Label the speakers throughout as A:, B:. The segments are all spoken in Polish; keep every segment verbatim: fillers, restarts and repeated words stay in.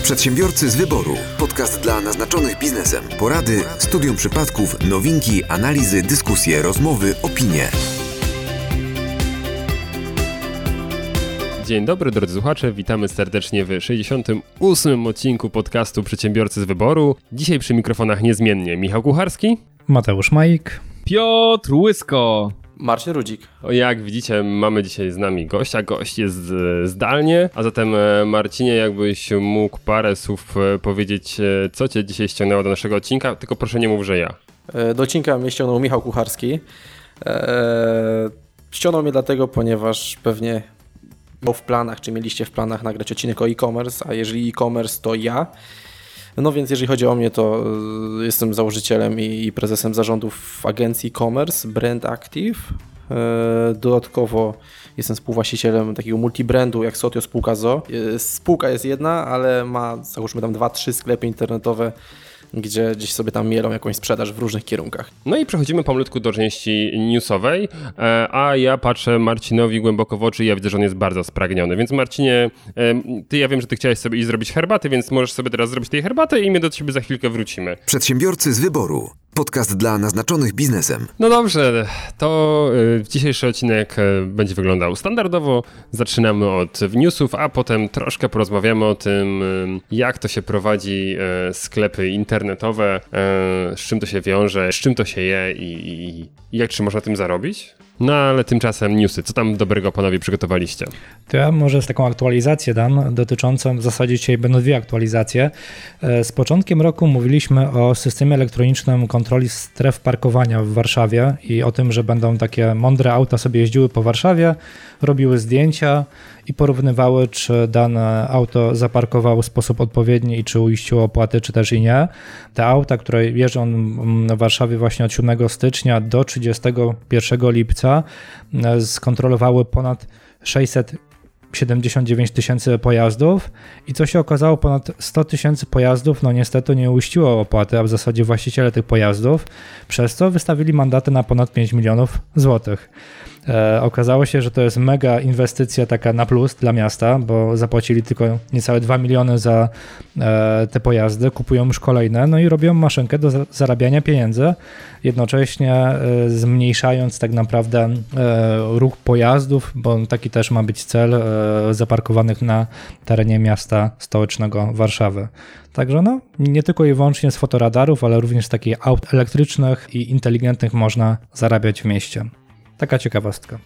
A: Przedsiębiorcy z wyboru. Podcast dla naznaczonych biznesem. Porady, studium przypadków, nowinki, analizy, dyskusje, rozmowy, opinie.
B: Dzień dobry drodzy słuchacze, witamy serdecznie w sześćdziesiątym ósmym odcinku podcastu Przedsiębiorcy z wyboru. Dzisiaj przy mikrofonach niezmiennie Michał Kucharski,
C: Mateusz Majik,
D: Piotr Łysko,
E: Marcin Rudzik.
B: O, jak widzicie, mamy dzisiaj z nami gościa, gość jest zdalnie, a zatem Marcinie, jakbyś mógł parę słów powiedzieć, co cię dzisiaj ściągnęło do naszego odcinka, tylko proszę nie mów, że ja.
E: Do odcinka mnie ściągnął Michał Kucharski. Eee, ściągnął mnie dlatego, ponieważ pewnie miał w planach, czy mieliście w planach nagrać odcinek o e-commerce, a jeżeli e-commerce, to ja. No więc jeżeli chodzi o mnie, to jestem założycielem i prezesem zarządów agencji e-commerce Brand Active. Dodatkowo jestem współwłaścicielem takiego multibrandu jak Sotio Spółka Z O. Spółka jest jedna, ale ma, załóżmy tam dwa, trzy sklepy internetowe, gdzie gdzieś sobie tam mielą jakąś sprzedaż w różnych kierunkach.
B: No i przechodzimy pomałutku do części newsowej, a ja patrzę Marcinowi głęboko w oczy i ja widzę, że on jest bardzo spragniony. Więc Marcinie, ty, ja wiem, że ty chciałeś sobie iść zrobić herbaty, więc możesz sobie teraz zrobić tej herbaty i my do ciebie za chwilkę wrócimy.
A: Przedsiębiorcy z wyboru. Podcast dla naznaczonych biznesem.
B: No dobrze, to dzisiejszy odcinek będzie wyglądał standardowo. Zaczynamy od newsów, a potem troszkę porozmawiamy o tym, jak to się prowadzi sklepy internetowe, z czym to się wiąże, z czym to się je i, i, i jak czy można tym zarobić. No ale tymczasem newsy. Co tam dobrego panowie przygotowaliście?
C: To ja może z taką aktualizację dam dotyczącą, w zasadzie dzisiaj będą dwie aktualizacje. Z początkiem roku mówiliśmy o systemie elektronicznym kontroli stref parkowania w Warszawie i o tym, że będą takie mądre auta sobie jeździły po Warszawie, robiły zdjęcia i porównywały, czy dane auto zaparkowało w sposób odpowiedni i czy uiściło opłaty, czy też i nie. Te auta, które jeżdżą w Warszawie właśnie od siódmego stycznia do trzydziestego pierwszego lipca, skontrolowały ponad sześćset siedemdziesiąt dziewięć tysięcy pojazdów i co się okazało, ponad sto tysięcy pojazdów no niestety nie uiściło opłaty, a w zasadzie właściciele tych pojazdów, przez co wystawili mandaty na ponad pięć milionów złotych. E, okazało się, że to jest mega inwestycja taka na plus dla miasta, bo zapłacili tylko niecałe dwa miliony za e, te pojazdy, kupują już kolejne, no i robią maszynkę do zarabiania pieniędzy, jednocześnie e, zmniejszając tak naprawdę e, ruch pojazdów, bo taki też ma być cel e, zaparkowanych na terenie miasta stołecznego Warszawy. Także no, nie tylko i wyłącznie z fotoradarów, ale również z takich aut elektrycznych i inteligentnych można zarabiać w mieście. Taka ciekawostka.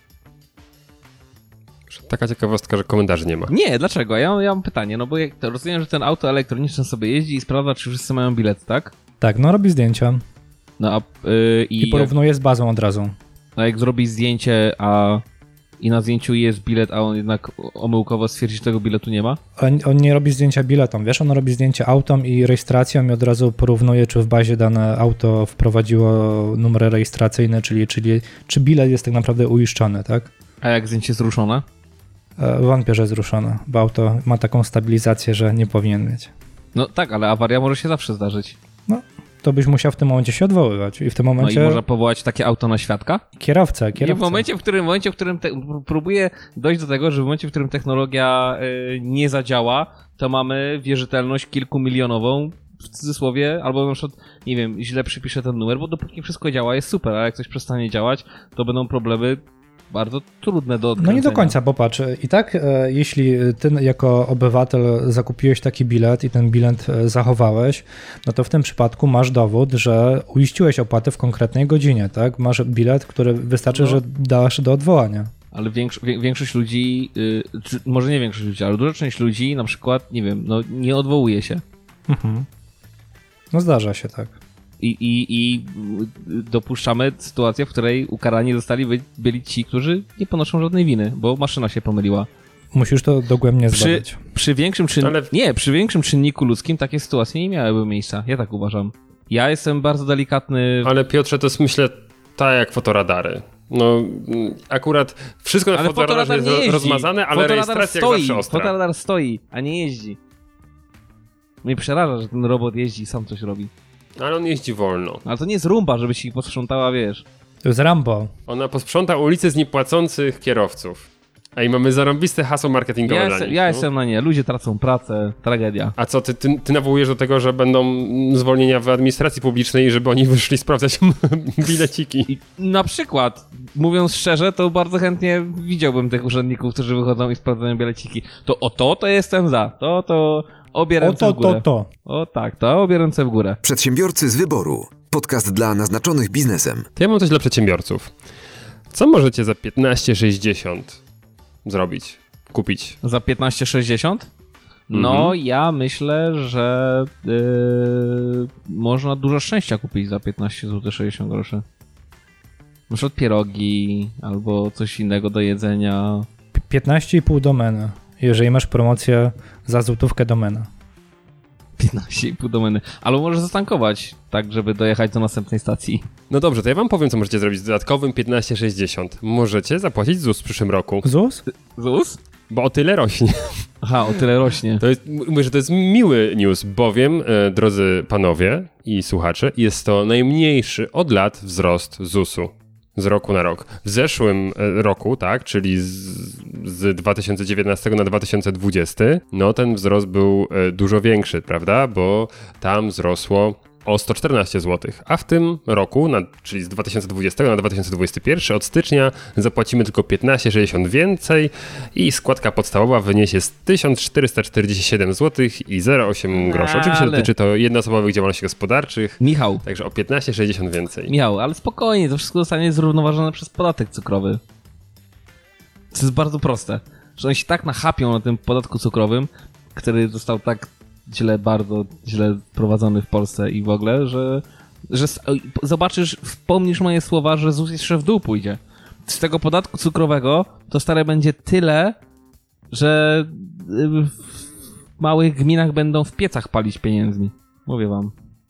B: Taka ciekawostka, że komentarzy nie ma.
D: Nie, dlaczego? Ja, ja mam pytanie, no bo jak to rozumiem, że ten auto elektroniczne sobie jeździ i sprawdza, czy wszyscy mają bilet, tak?
C: Tak, no robi zdjęcia.
D: No a yy,
C: i, I porównuje jak, z bazą od razu.
D: A jak zrobi zdjęcie, a i na zdjęciu jest bilet, a on jednak omyłkowo stwierdzi, że tego biletu nie ma?
C: On, on nie robi zdjęcia biletom, wiesz, on robi zdjęcie autom i rejestracją i od razu porównuje, czy w bazie dane auto wprowadziło numer rejestracyjny, czyli, czyli czy bilet jest tak naprawdę uiszczony, tak?
D: A jak zdjęcie jest ruszone?
C: Wątpię, że jest ruszone, bo auto ma taką stabilizację, że nie powinien mieć.
D: No tak, ale awaria może się zawsze zdarzyć.
C: No, to byś musiał w tym momencie się odwoływać i w tym momencie...
D: No i można powołać takie auto na świadka?
C: Kierowcę, kierowcę.
D: I w momencie, w którym, w momencie, w którym te, próbuję dojść do tego, że w momencie, w którym technologia y, nie zadziała, to mamy wierzytelność kilkumilionową, w cudzysłowie, albo na przykład, nie wiem, źle przypiszę ten numer, bo dopóki wszystko działa jest super, a jak coś przestanie działać, to będą problemy bardzo trudne do odkręcenia.
C: No nie do końca, bo patrz, i tak e, jeśli ty jako obywatel zakupiłeś taki bilet i ten bilet zachowałeś, no to w tym przypadku masz dowód, że uiściłeś opłatę w konkretnej godzinie, tak? Masz bilet, który wystarczy, no. że dasz do odwołania.
D: Ale większo- większość ludzi, yy, czy, może nie większość ludzi, ale duża część ludzi na przykład, nie wiem, no nie odwołuje się.
C: Mhm. No zdarza się, tak.
D: I, i, i dopuszczamy sytuację, w której ukarani zostali by, byli ci, którzy nie ponoszą żadnej winy, bo maszyna się pomyliła.
C: Musisz to dogłębnie zbadać.
D: Przy, przy większym czyn... Ale... Nie, przy większym czynniku ludzkim takie sytuacje nie miałyby miejsca. Ja tak uważam. Ja jestem bardzo delikatny...
B: Ale Piotrze, to jest myślę tak jak fotoradary. No akurat wszystko na fotoradarze jest jeździ. rozmazane, ale
D: fotoradar
B: rejestracja
D: stoi,
B: jak zawsze ostra.
D: Fotoradar stoi, a nie jeździ. Mnie przeraża, że ten robot jeździ i sam coś robi.
B: Ale on jeździ wolno.
D: Ale to nie jest rumba, żeby ci posprzątała, wiesz.
C: To jest Rambo.
B: Ona posprząta ulice z niepłacących kierowców. Ej, mamy zarąbiste hasło marketingowe
D: Ja,
B: dla
D: jestem,
B: nich.
D: ja
B: no.
D: jestem na nie. Ludzie tracą pracę. Tragedia.
B: A co, ty, ty, ty nawołujesz do tego, że będą zwolnienia w administracji publicznej, żeby oni wyszli sprawdzać bileciki?
D: I na przykład, mówiąc szczerze, to bardzo chętnie widziałbym tych urzędników, którzy wychodzą i sprawdzają bileciki. To o to, to jestem za. To, to obie ręce
C: O to,
D: w górę.
C: to, to.
D: O tak, to obie ręce w górę.
A: Przedsiębiorcy z wyboru. Podcast dla naznaczonych biznesem.
B: To ja mam coś dla przedsiębiorców. Co możecie za piętnaście sześćdziesiąt zrobić, kupić?
D: Za piętnaście sześćdziesiąt? No,
B: Mhm.
D: ja myślę, że yy, można dużo szczęścia kupić za piętnaście złotych sześćdziesiąt groszy. Na przykład pierogi albo coś innego do jedzenia.
C: piętnaście i pół domeny, jeżeli masz promocję za złotówkę domena.
D: piętnaście i pół domeny. Albo możesz zatankować, tak żeby dojechać do następnej stacji.
B: No dobrze, to ja wam powiem, co możecie zrobić z dodatkowym piętnaście sześćdziesiąt. Możecie zapłacić Z U S w przyszłym roku,
C: Z U S?
D: Z U S?
B: bo o tyle rośnie.
D: Aha, o tyle rośnie.
B: To jest, mówię, że to jest miły news, bowiem, e, drodzy panowie i słuchacze, jest to najmniejszy od lat wzrost Z U S-u z roku na rok. W zeszłym e, roku, tak, czyli z, z dwa tysiące dziewiętnastego na dwa tysiące dwudziesty, no ten wzrost był e, dużo większy, prawda, bo tam wzrosło o sto czternaście złotych, a w tym roku, na, czyli z dwa tysiące dwudziestego na dwa tysiące dwudziesty pierwszy od stycznia zapłacimy tylko piętnaście sześćdziesiąt więcej i składka podstawowa wyniesie tysiąc czterysta czterdzieści siedem złotych i zero przecinek osiem groszy. Oczywiście
D: Ale-
B: dotyczy to jednoosobowych działalności gospodarczych,
D: Michał,
B: także o piętnaście sześćdziesiąt więcej.
D: Michał, ale spokojnie, to wszystko zostanie zrównoważone przez podatek cukrowy. To jest bardzo proste, że oni się tak nachapią na tym podatku cukrowym, który został tak źle, bardzo źle prowadzony w Polsce i w ogóle, że, że s- oj, zobaczysz, wspomnisz moje słowa, że Z U S jeszcze w dół pójdzie. Z tego podatku cukrowego to stare będzie tyle, że y, w małych gminach będą w piecach palić pieniędzmi. Mówię wam.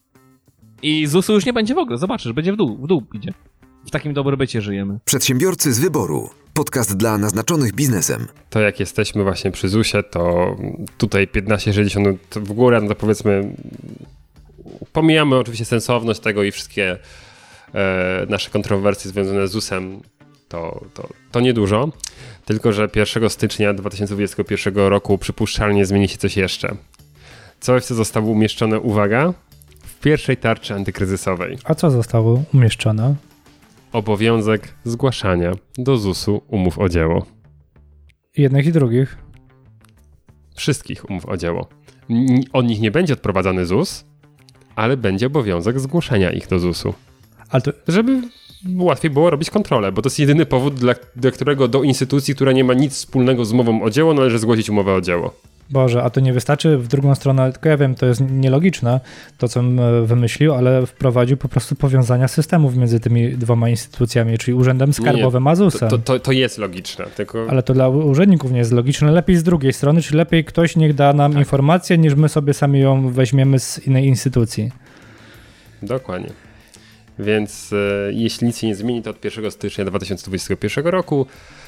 D: I Z U S-u już nie będzie w ogóle, zobaczysz, będzie w dół, w dół idzie. W takim dobrobycie żyjemy.
A: Przedsiębiorcy z wyboru. Podcast dla naznaczonych biznesem.
B: To jak jesteśmy właśnie przy Z U S-ie, to tutaj piętnaście sześćdziesiąt w górę, no to powiedzmy, pomijamy oczywiście sensowność tego i wszystkie e, nasze kontrowersje związane z Z U S-em, to, to, to niedużo, tylko że pierwszego stycznia dwa tysiące dwudziestego pierwszego roku przypuszczalnie zmieni się coś jeszcze. Coś, co zostało umieszczone, uwaga, w pierwszej tarczy antykryzysowej.
C: A co zostało umieszczone?
B: Obowiązek zgłaszania do Z U S-u umów o dzieło.
C: Jednych i drugich.
B: Wszystkich umów o dzieło. N- Od nich nie będzie odprowadzany Z U S, ale będzie obowiązek zgłoszenia ich do Z U S-u.
C: Ale to,
B: Żeby łatwiej było robić kontrolę, bo to jest jedyny powód, dla, dla którego do instytucji, która nie ma nic wspólnego z umową o dzieło, należy zgłosić umowę o dzieło.
C: Boże, a to nie wystarczy w drugą stronę, tylko ja wiem, to jest nielogiczne, to co m, wymyślił, ale wprowadził po prostu powiązania systemów między tymi dwoma instytucjami, czyli Urzędem Skarbowym a Z U
B: To,
C: S-em.
B: to, to, to jest logiczne, tylko
C: Ale to dla urzędników nie jest logiczne. Lepiej z drugiej strony, czy lepiej ktoś niech da nam
B: Tak.
C: informację, niż my sobie sami ją weźmiemy z innej instytucji.
B: dokładnie. Więc e, jeśli nic się nie zmieni, to od pierwszego stycznia dwa tysiące dwudziestego pierwszego roku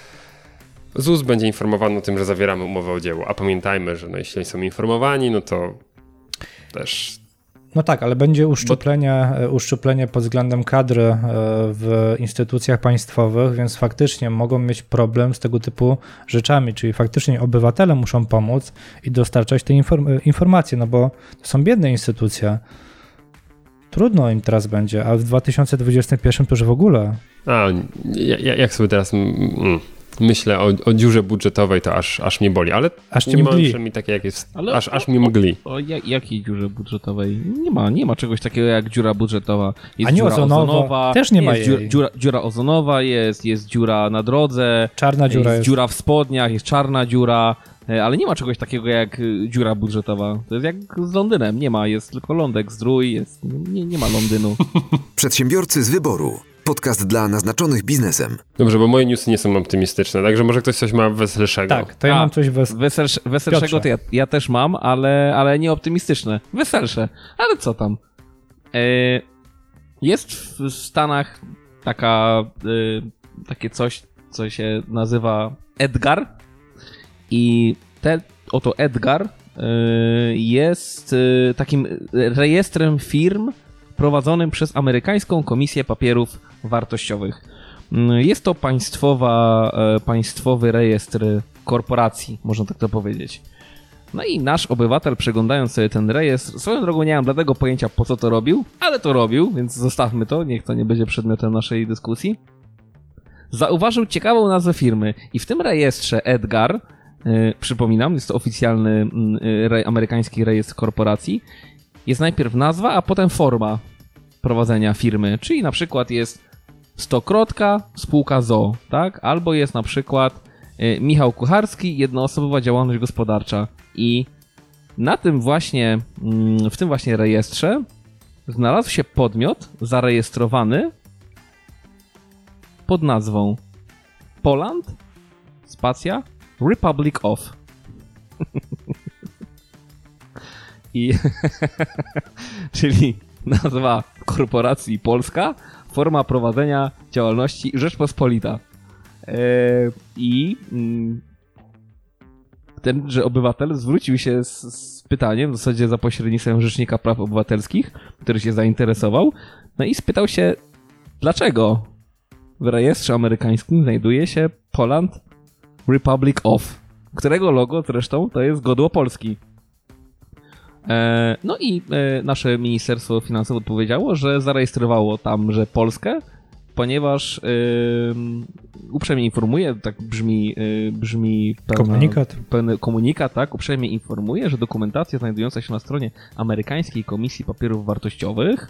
B: Z U S będzie informowany o tym, że zawieramy umowę o dzieło. A pamiętajmy, że no, jeśli oni są informowani, no to też
C: No tak, ale będzie uszczuplenie, uszczuplenie pod względem kadry e, w instytucjach państwowych, więc faktycznie mogą mieć problem z tego typu rzeczami, czyli faktycznie obywatele muszą pomóc i dostarczać te inform- informacje, no bo to są biedne instytucje. Trudno im teraz będzie, a w dwa tysiące dwudziestym pierwszym to już w ogóle.
B: A, ja, ja- jak sobie teraz mm, mm, myślę o, o dziurze budżetowej, to aż, aż mnie boli, ale
C: Aż cię
B: nie mam
C: mgli.
B: przynajmniej takie jak jest,
D: Ale-
B: aż, aż mnie mgli.
D: O jak, jakiej dziurze budżetowej? Nie ma, nie ma czegoś takiego jak dziura budżetowa. Jest
C: A nie
D: dziura
C: ozonowa.
D: ozonowa,
C: Też nie ma
D: jest dziura,
C: jej.
D: dziura, dziura ozonowa jest, jest dziura na drodze,
C: Czarna dziura
D: jest
C: jest.
D: dziura w spodniach, jest czarna dziura, e, ale nie ma czegoś takiego jak y, dziura budżetowa. To jest jak z Londynem, nie ma, jest tylko lądek, zdrój, jest, nie, nie ma Londynu.
A: Przedsiębiorcy z wyboru. Podcast dla naznaczonych biznesem.
B: Dobrze, bo moje newsy nie są optymistyczne, także może ktoś coś ma weselszego.
C: Tak, to ja
D: A,
C: mam coś wes...
D: Weselsze, weselszego
C: Piotrze.
D: to ja, ja też mam, ale, ale nie optymistyczne. Weselsze, ale co tam? E, jest w Stanach taka, e, takie coś, co się nazywa Edgar i ten oto Edgar e, jest e, takim rejestrem firm prowadzonym przez amerykańską Komisję Papierów Wartościowych. Jest to państwowa, państwowy rejestr korporacji, można tak to powiedzieć. No i nasz obywatel, przeglądając sobie ten rejestr, swoją drogą nie mam bladego pojęcia, po co to robił, ale to robił, więc zostawmy to, niech to nie będzie przedmiotem naszej dyskusji. Zauważył ciekawą nazwę firmy i w tym rejestrze Edgar, yy, przypominam, jest to oficjalny yy, re, amerykański rejestr korporacji, jest najpierw nazwa, a potem forma prowadzenia firmy, czyli na przykład jest Stokrotka, spółka z o o, tak? Albo jest na przykład yy, Michał Kucharski, jednoosobowa działalność gospodarcza. I na tym właśnie, yy, w tym właśnie rejestrze znalazł się podmiot zarejestrowany pod nazwą Poland, spacja, Republic of. I czyli nazwa korporacji Polska, forma prowadzenia działalności Rzeczpospolita. Eee, I mm, tenże obywatel zwrócił się z, z pytaniem, w zasadzie za pośrednictwem Rzecznika Praw Obywatelskich, który się zainteresował, no i spytał się, dlaczego w rejestrze amerykańskim znajduje się Poland Republic of, którego logo zresztą to jest godło Polski. E, no i e, nasze Ministerstwo Finansów odpowiedziało, że zarejestrowało tam, że Polskę, ponieważ e, uprzejmie informuje, tak brzmi, e, brzmi pełna,
C: komunikat.
D: pełny komunikat, tak, uprzejmie informuje, że dokumentacja znajdująca się na stronie amerykańskiej Komisji Papierów Wartościowych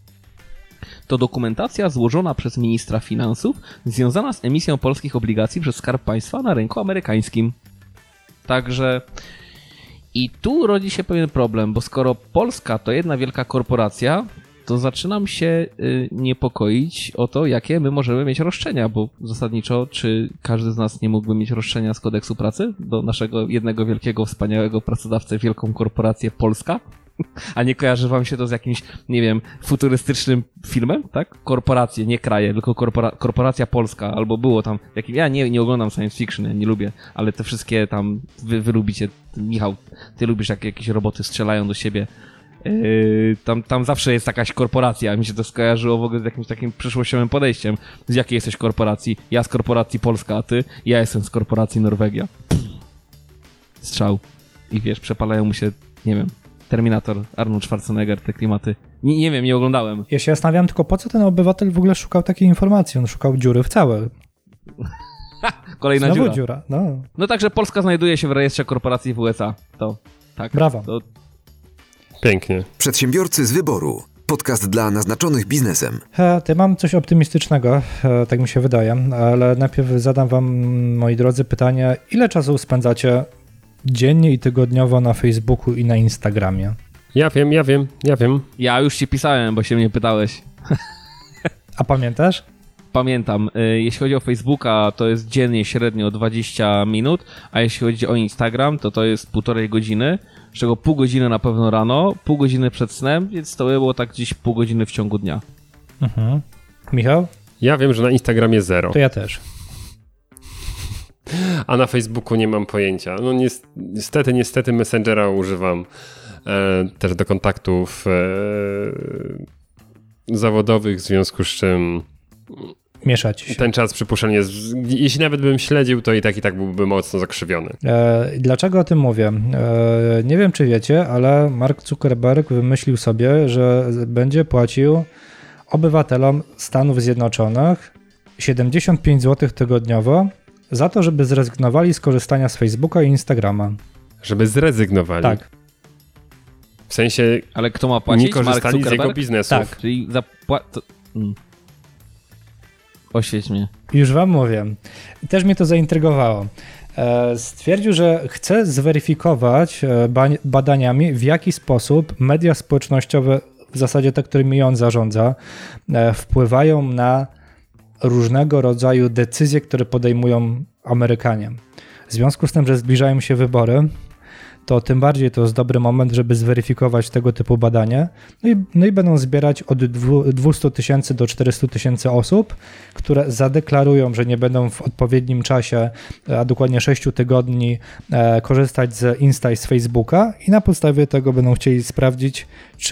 D: to dokumentacja złożona przez ministra finansów związana z emisją polskich obligacji przez Skarb Państwa na rynku amerykańskim. Także i tu rodzi się pewien problem, bo skoro Polska to jedna wielka korporacja, to zaczynam się y, niepokoić o to, jakie my możemy mieć roszczenia, bo zasadniczo czy każdy z nas nie mógłby mieć roszczenia z kodeksu pracy do naszego jednego wielkiego, wspaniałego pracodawcy, wielką korporację Polska? A nie kojarzy wam się to z jakimś, nie wiem, futurystycznym filmem, tak? Korporacje, nie kraje, tylko korpora korporacja polska, albo było tam, jakim, ja nie, nie oglądam science fiction, ja nie lubię, ale te wszystkie tam, wy, wy lubicie, Michał, ty lubisz jak jakieś roboty strzelają do siebie, yy, tam, tam zawsze jest jakaś korporacja, mi się to skojarzyło w ogóle z jakimś takim przyszłościowym podejściem, z jakiej jesteś korporacji, ja z korporacji Polska, a ty, ja jestem z korporacji Norwegia. Strzał. I wiesz, przepalają mu się, nie wiem, Terminator, Arnold Schwarzenegger, te klimaty. Nie, nie wiem, nie oglądałem.
C: Ja się zastanawiam tylko, po co ten obywatel w ogóle szukał takiej informacji? On szukał dziury w całe.
D: Kolejna
C: Znowu
D: dziura.
C: dziura. No.
D: No także Polska znajduje się w rejestrze korporacji w U S A. To tak.
C: Brawo.
D: To...
B: Pięknie.
A: Przedsiębiorcy z wyboru. Podcast dla naznaczonych biznesem.
C: He, ty mam coś optymistycznego, he, tak mi się wydaje, ale najpierw zadam wam, moi drodzy, pytanie, ile czasu spędzacie dziennie i tygodniowo na Facebooku i na Instagramie?
B: Ja wiem, ja wiem, ja wiem.
D: Ja już ci pisałem, bo się mnie pytałeś.
C: A pamiętasz?
D: Pamiętam. Jeśli chodzi o Facebooka, to jest dziennie średnio dwadzieścia minut, a jeśli chodzi o Instagram, to to jest półtorej godziny, z czego pół godziny na pewno rano, pół godziny przed snem, więc to by było tak gdzieś pół godziny w ciągu dnia.
C: Mhm. Michał?
B: Ja wiem, że na Instagramie zero.
C: To ja też.
B: A na Facebooku nie mam pojęcia. No niestety, niestety Messengera używam e, też do kontaktów e, zawodowych, w związku z czym
C: Mieszać się.
B: ten czas przypuszczalnie, jeśli nawet bym śledził, to i tak i tak byłby mocno zakrzywiony.
C: E, dlaczego o tym mówię? E, nie wiem, czy wiecie, ale Mark Zuckerberg wymyślił sobie, że będzie płacił obywatelom Stanów Zjednoczonych siedemdziesiąt pięć złotych tygodniowo za to, żeby zrezygnowali z korzystania z Facebooka i Instagrama.
B: Żeby zrezygnowali?
C: Tak.
B: W sensie
D: ale kto ma płacić?
B: nie korzystali
D: Mark
B: z jego biznesów.
C: Tak.
D: Czyli zapła... To... Hmm. Oświeć mnie.
C: Już wam mówię. Też mnie to zaintrygowało. Stwierdził, że chce zweryfikować badaniami, w jaki sposób media społecznościowe, w zasadzie te, którymi on zarządza, wpływają na różnego rodzaju decyzje, które podejmują Amerykanie. W związku z tym, że zbliżają się wybory, to tym bardziej to jest dobry moment, żeby zweryfikować tego typu badania. No i, no i będą zbierać od dwieście tysięcy do czterysta tysięcy osób, które zadeklarują, że nie będą w odpowiednim czasie, a dokładnie sześciu tygodni, e, korzystać z Insta i z Facebooka i na podstawie tego będą chcieli sprawdzić, czy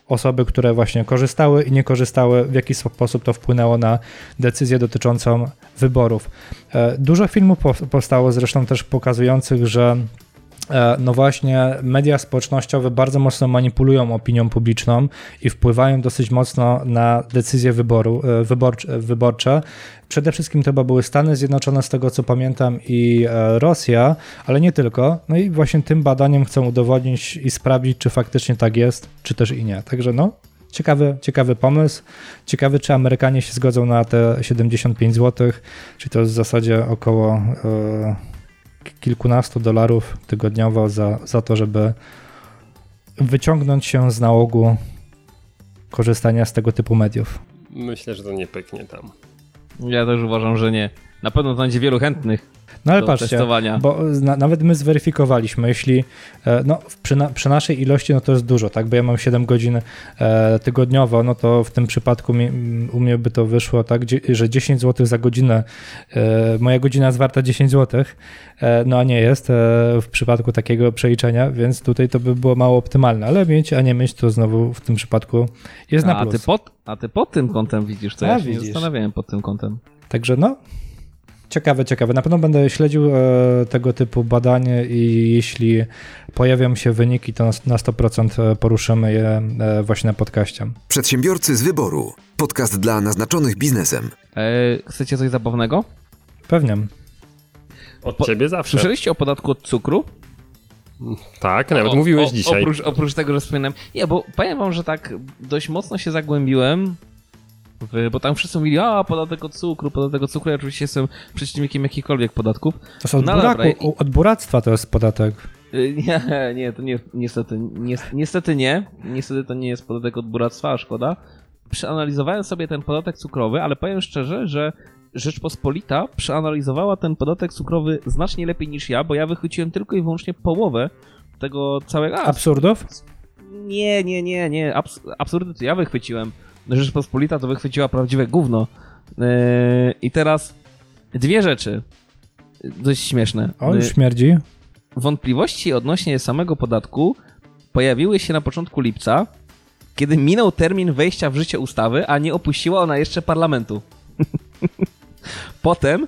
C: osoby, które właśnie korzystały i nie korzystały, w jaki sposób to wpłynęło na decyzję dotyczącą wyborów. Dużo filmów powstało zresztą też pokazujących, że no właśnie media społecznościowe bardzo mocno manipulują opinią publiczną i wpływają dosyć mocno na decyzje wyboru, wyborcze, wyborcze. Przede wszystkim to chyba były Stany Zjednoczone, z tego co pamiętam, i Rosja, ale nie tylko. No i właśnie tym badaniem chcą udowodnić i sprawdzić, czy faktycznie tak jest, czy też i nie. Także no, ciekawy, ciekawy pomysł. Ciekawy, czy Amerykanie się zgodzą na te siedemdziesiąt pięć złotych, czy to jest w zasadzie około Yy, kilkunastu dolarów tygodniowo za, za to, żeby wyciągnąć się z nałogu korzystania z tego typu mediów.
B: Myślę, że to nie pyknie tam.
D: Ja też uważam, że nie. Na pewno znajdzie wielu chętnych.
C: No ale
D: do
C: patrzcie,
D: testowania.
C: bo na, nawet my zweryfikowaliśmy, jeśli no, przy, na, przy naszej ilości, no to jest dużo, tak, bo ja mam siedem godzin e, tygodniowo, no to w tym przypadku mi, u mnie by to wyszło tak, że dziesięć złotych za godzinę, e, moja godzina jest warta dziesięć złotych, e, no a nie jest e, w przypadku takiego przeliczenia, więc tutaj to by było mało optymalne, ale mieć, a nie mieć, to znowu w tym przypadku jest na
D: a
C: plus.
D: Ty pod, a ty pod tym kątem widzisz, co
C: a,
D: ja się
C: widzisz.
D: nie zastanawiałem pod tym kątem.
C: Także no, ciekawe, ciekawe. Na pewno będę śledził e, tego typu badanie i jeśli pojawią się wyniki, to na, na sto procent poruszymy je e, właśnie na podcaście.
A: Przedsiębiorcy z wyboru. Podcast dla naznaczonych biznesem.
D: E, chcecie coś zabawnego?
C: Pewnie.
B: Od
D: po,
B: ciebie zawsze.
D: Słyszeliście o podatku od cukru?
B: Tak, nawet
D: o,
B: mówiłeś
D: o,
B: dzisiaj.
D: Oprócz, oprócz tego, że wspominałem. Nie, bo powiem wam, że tak dość mocno się zagłębiłem, w, bo tam wszyscy mówili, a podatek od cukru, podatek od cukru. Ja oczywiście jestem przeciwnikiem jakichkolwiek podatków.
C: To są od,
D: no,
C: buraku,
D: dobra,
C: od buractwa to jest podatek.
D: Nie, nie, to nie, niestety, ni, niestety nie. Niestety to nie jest podatek od buractwa, a szkoda. Przeanalizowałem sobie ten podatek cukrowy, ale powiem szczerze, że Rzeczpospolita przeanalizowała ten podatek cukrowy znacznie lepiej niż ja, bo ja wychwyciłem tylko i wyłącznie połowę tego całego... A,
C: absurdów?
D: Nie, nie, nie, nie. Abs absurdy to ja wychwyciłem. Rzeczpospolita to wychwyciła prawdziwe gówno. Yy, I teraz dwie rzeczy dość śmieszne.
C: O, już śmierdzi.
D: Wątpliwości odnośnie samego podatku pojawiły się na początku lipca, kiedy minął termin wejścia w życie ustawy, a nie opuściła ona jeszcze parlamentu. Potem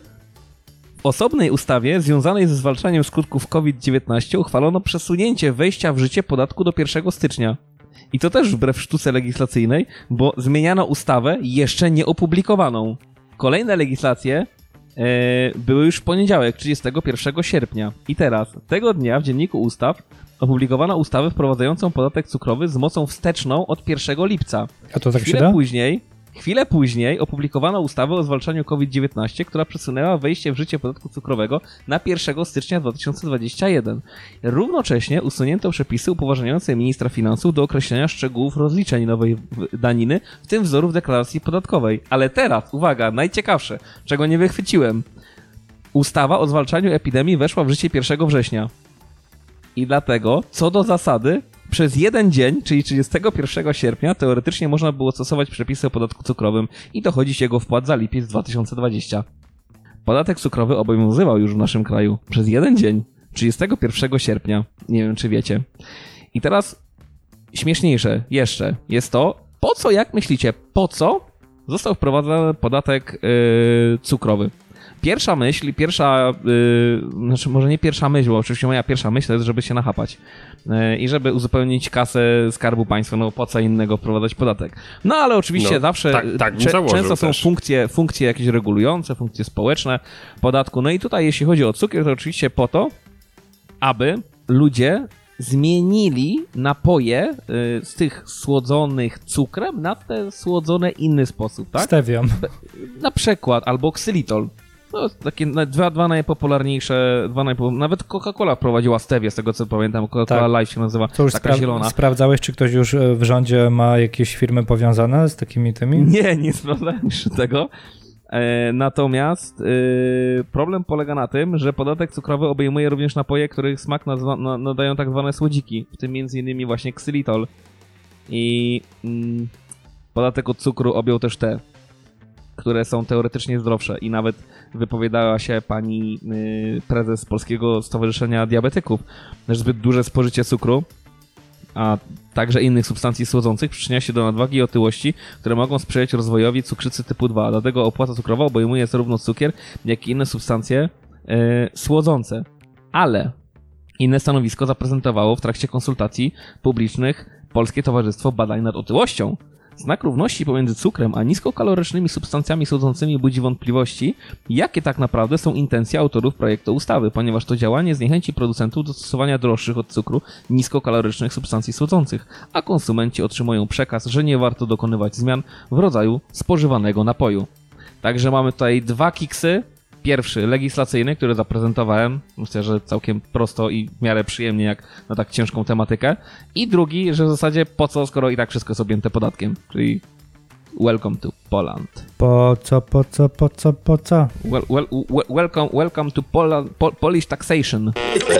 D: w osobnej ustawie związanej ze zwalczaniem skutków COVID dziewiętnaście uchwalono przesunięcie wejścia w życie podatku do pierwszego stycznia. I to też wbrew sztuce legislacyjnej, bo zmieniano ustawę jeszcze nieopublikowaną. Kolejne legislacje e, były już w poniedziałek, trzydziestego pierwszego sierpnia. I teraz, tego dnia w Dzienniku Ustaw opublikowano ustawę wprowadzającą podatek cukrowy z mocą wsteczną od pierwszego lipca.
C: A to tak
D: Chwilę
C: się da?
D: później, chwilę później opublikowano ustawę o zwalczaniu COVID dziewiętnaście, która przesunęła wejście w życie podatku cukrowego na pierwszego stycznia dwa tysiące dwudziestego pierwszego. Równocześnie usunięto przepisy upoważniające ministra finansów do określenia szczegółów rozliczeń nowej daniny, w tym wzorów deklaracji podatkowej. Ale teraz, uwaga, najciekawsze, czego nie wychwyciłem. Ustawa o zwalczaniu epidemii weszła w życie pierwszego września. I dlatego, co do zasady, przez jeden dzień, czyli trzydziestego pierwszego sierpnia, teoretycznie można było stosować przepisy o podatku cukrowym i dochodzić jego wpłat za lipiec dwa tysiące dwudziesty. Podatek cukrowy obowiązywał już w naszym kraju przez jeden dzień, trzydziestego pierwszego sierpnia. Nie wiem, czy wiecie. I teraz śmieszniejsze jeszcze jest to, po co, jak myślicie, po co został wprowadzony podatek yy, cukrowy? Pierwsza myśl, pierwsza, yy, znaczy może nie pierwsza myśl, bo oczywiście moja pierwsza myśl to jest, żeby się nachapać yy, i żeby uzupełnić kasę Skarbu Państwa, no po co innego wprowadzać podatek. No ale oczywiście
B: no,
D: zawsze
B: tak, tak
D: cze, często są
B: też.
D: funkcje, funkcje jakieś regulujące, funkcje społeczne podatku. No i tutaj jeśli chodzi o cukier, to oczywiście po to, aby ludzie zmienili napoje yy, z tych słodzonych cukrem na te słodzone inny sposób, tak?
C: Stevią.
D: Na przykład, albo ksylitol. No, takie dwa, dwa najpopularniejsze, dwa najpo... nawet Coca-Cola wprowadziła stevię, z tego co pamiętam, Coca-Cola
C: Tak.
D: Life się nazywa,
C: To już
D: taka
C: spra-
D: zielona.
C: sprawdzałeś, czy ktoś już w rządzie ma jakieś firmy powiązane z takimi tymi?
D: Nie, nie sprawdzałem jeszcze tego. E, natomiast e, problem polega na tym, że podatek cukrowy obejmuje również napoje, których smak nazwa- na- nadają tak zwane słodziki, w tym między innymi właśnie ksylitol. I mm, podatek od cukru objął też te, które są teoretycznie zdrowsze i nawet wypowiadała się pani y, prezes Polskiego Stowarzyszenia Diabetyków, że zbyt duże spożycie cukru a także innych substancji słodzących przyczynia się do nadwagi i otyłości, które mogą sprzyjać rozwojowi cukrzycy typu dwa. Dlatego opłata cukrowa obejmuje zarówno cukier, jak i inne substancje yy, słodzące. Ale inne stanowisko zaprezentowało w trakcie konsultacji publicznych Polskie Towarzystwo Badań nad Otyłością. Znak równości pomiędzy cukrem a niskokalorycznymi substancjami słodzącymi budzi wątpliwości, jakie tak naprawdę są intencje autorów projektu ustawy, ponieważ to działanie zniechęci producentów do stosowania droższych od cukru niskokalorycznych substancji słodzących, a konsumenci otrzymują przekaz, że nie warto dokonywać zmian w rodzaju spożywanego napoju. Także mamy tutaj dwa kiksy. Pierwszy, legislacyjny, który zaprezentowałem, myślę, że całkiem prosto i w miarę przyjemnie jak na tak ciężką tematykę. I drugi, że w zasadzie po co, skoro i tak wszystko jest objęte podatkiem, czyli welcome to Poland.
C: Po co, po co, po co, po co?
D: Well, well, well, welcome, welcome to Poland, po, Polish taxation.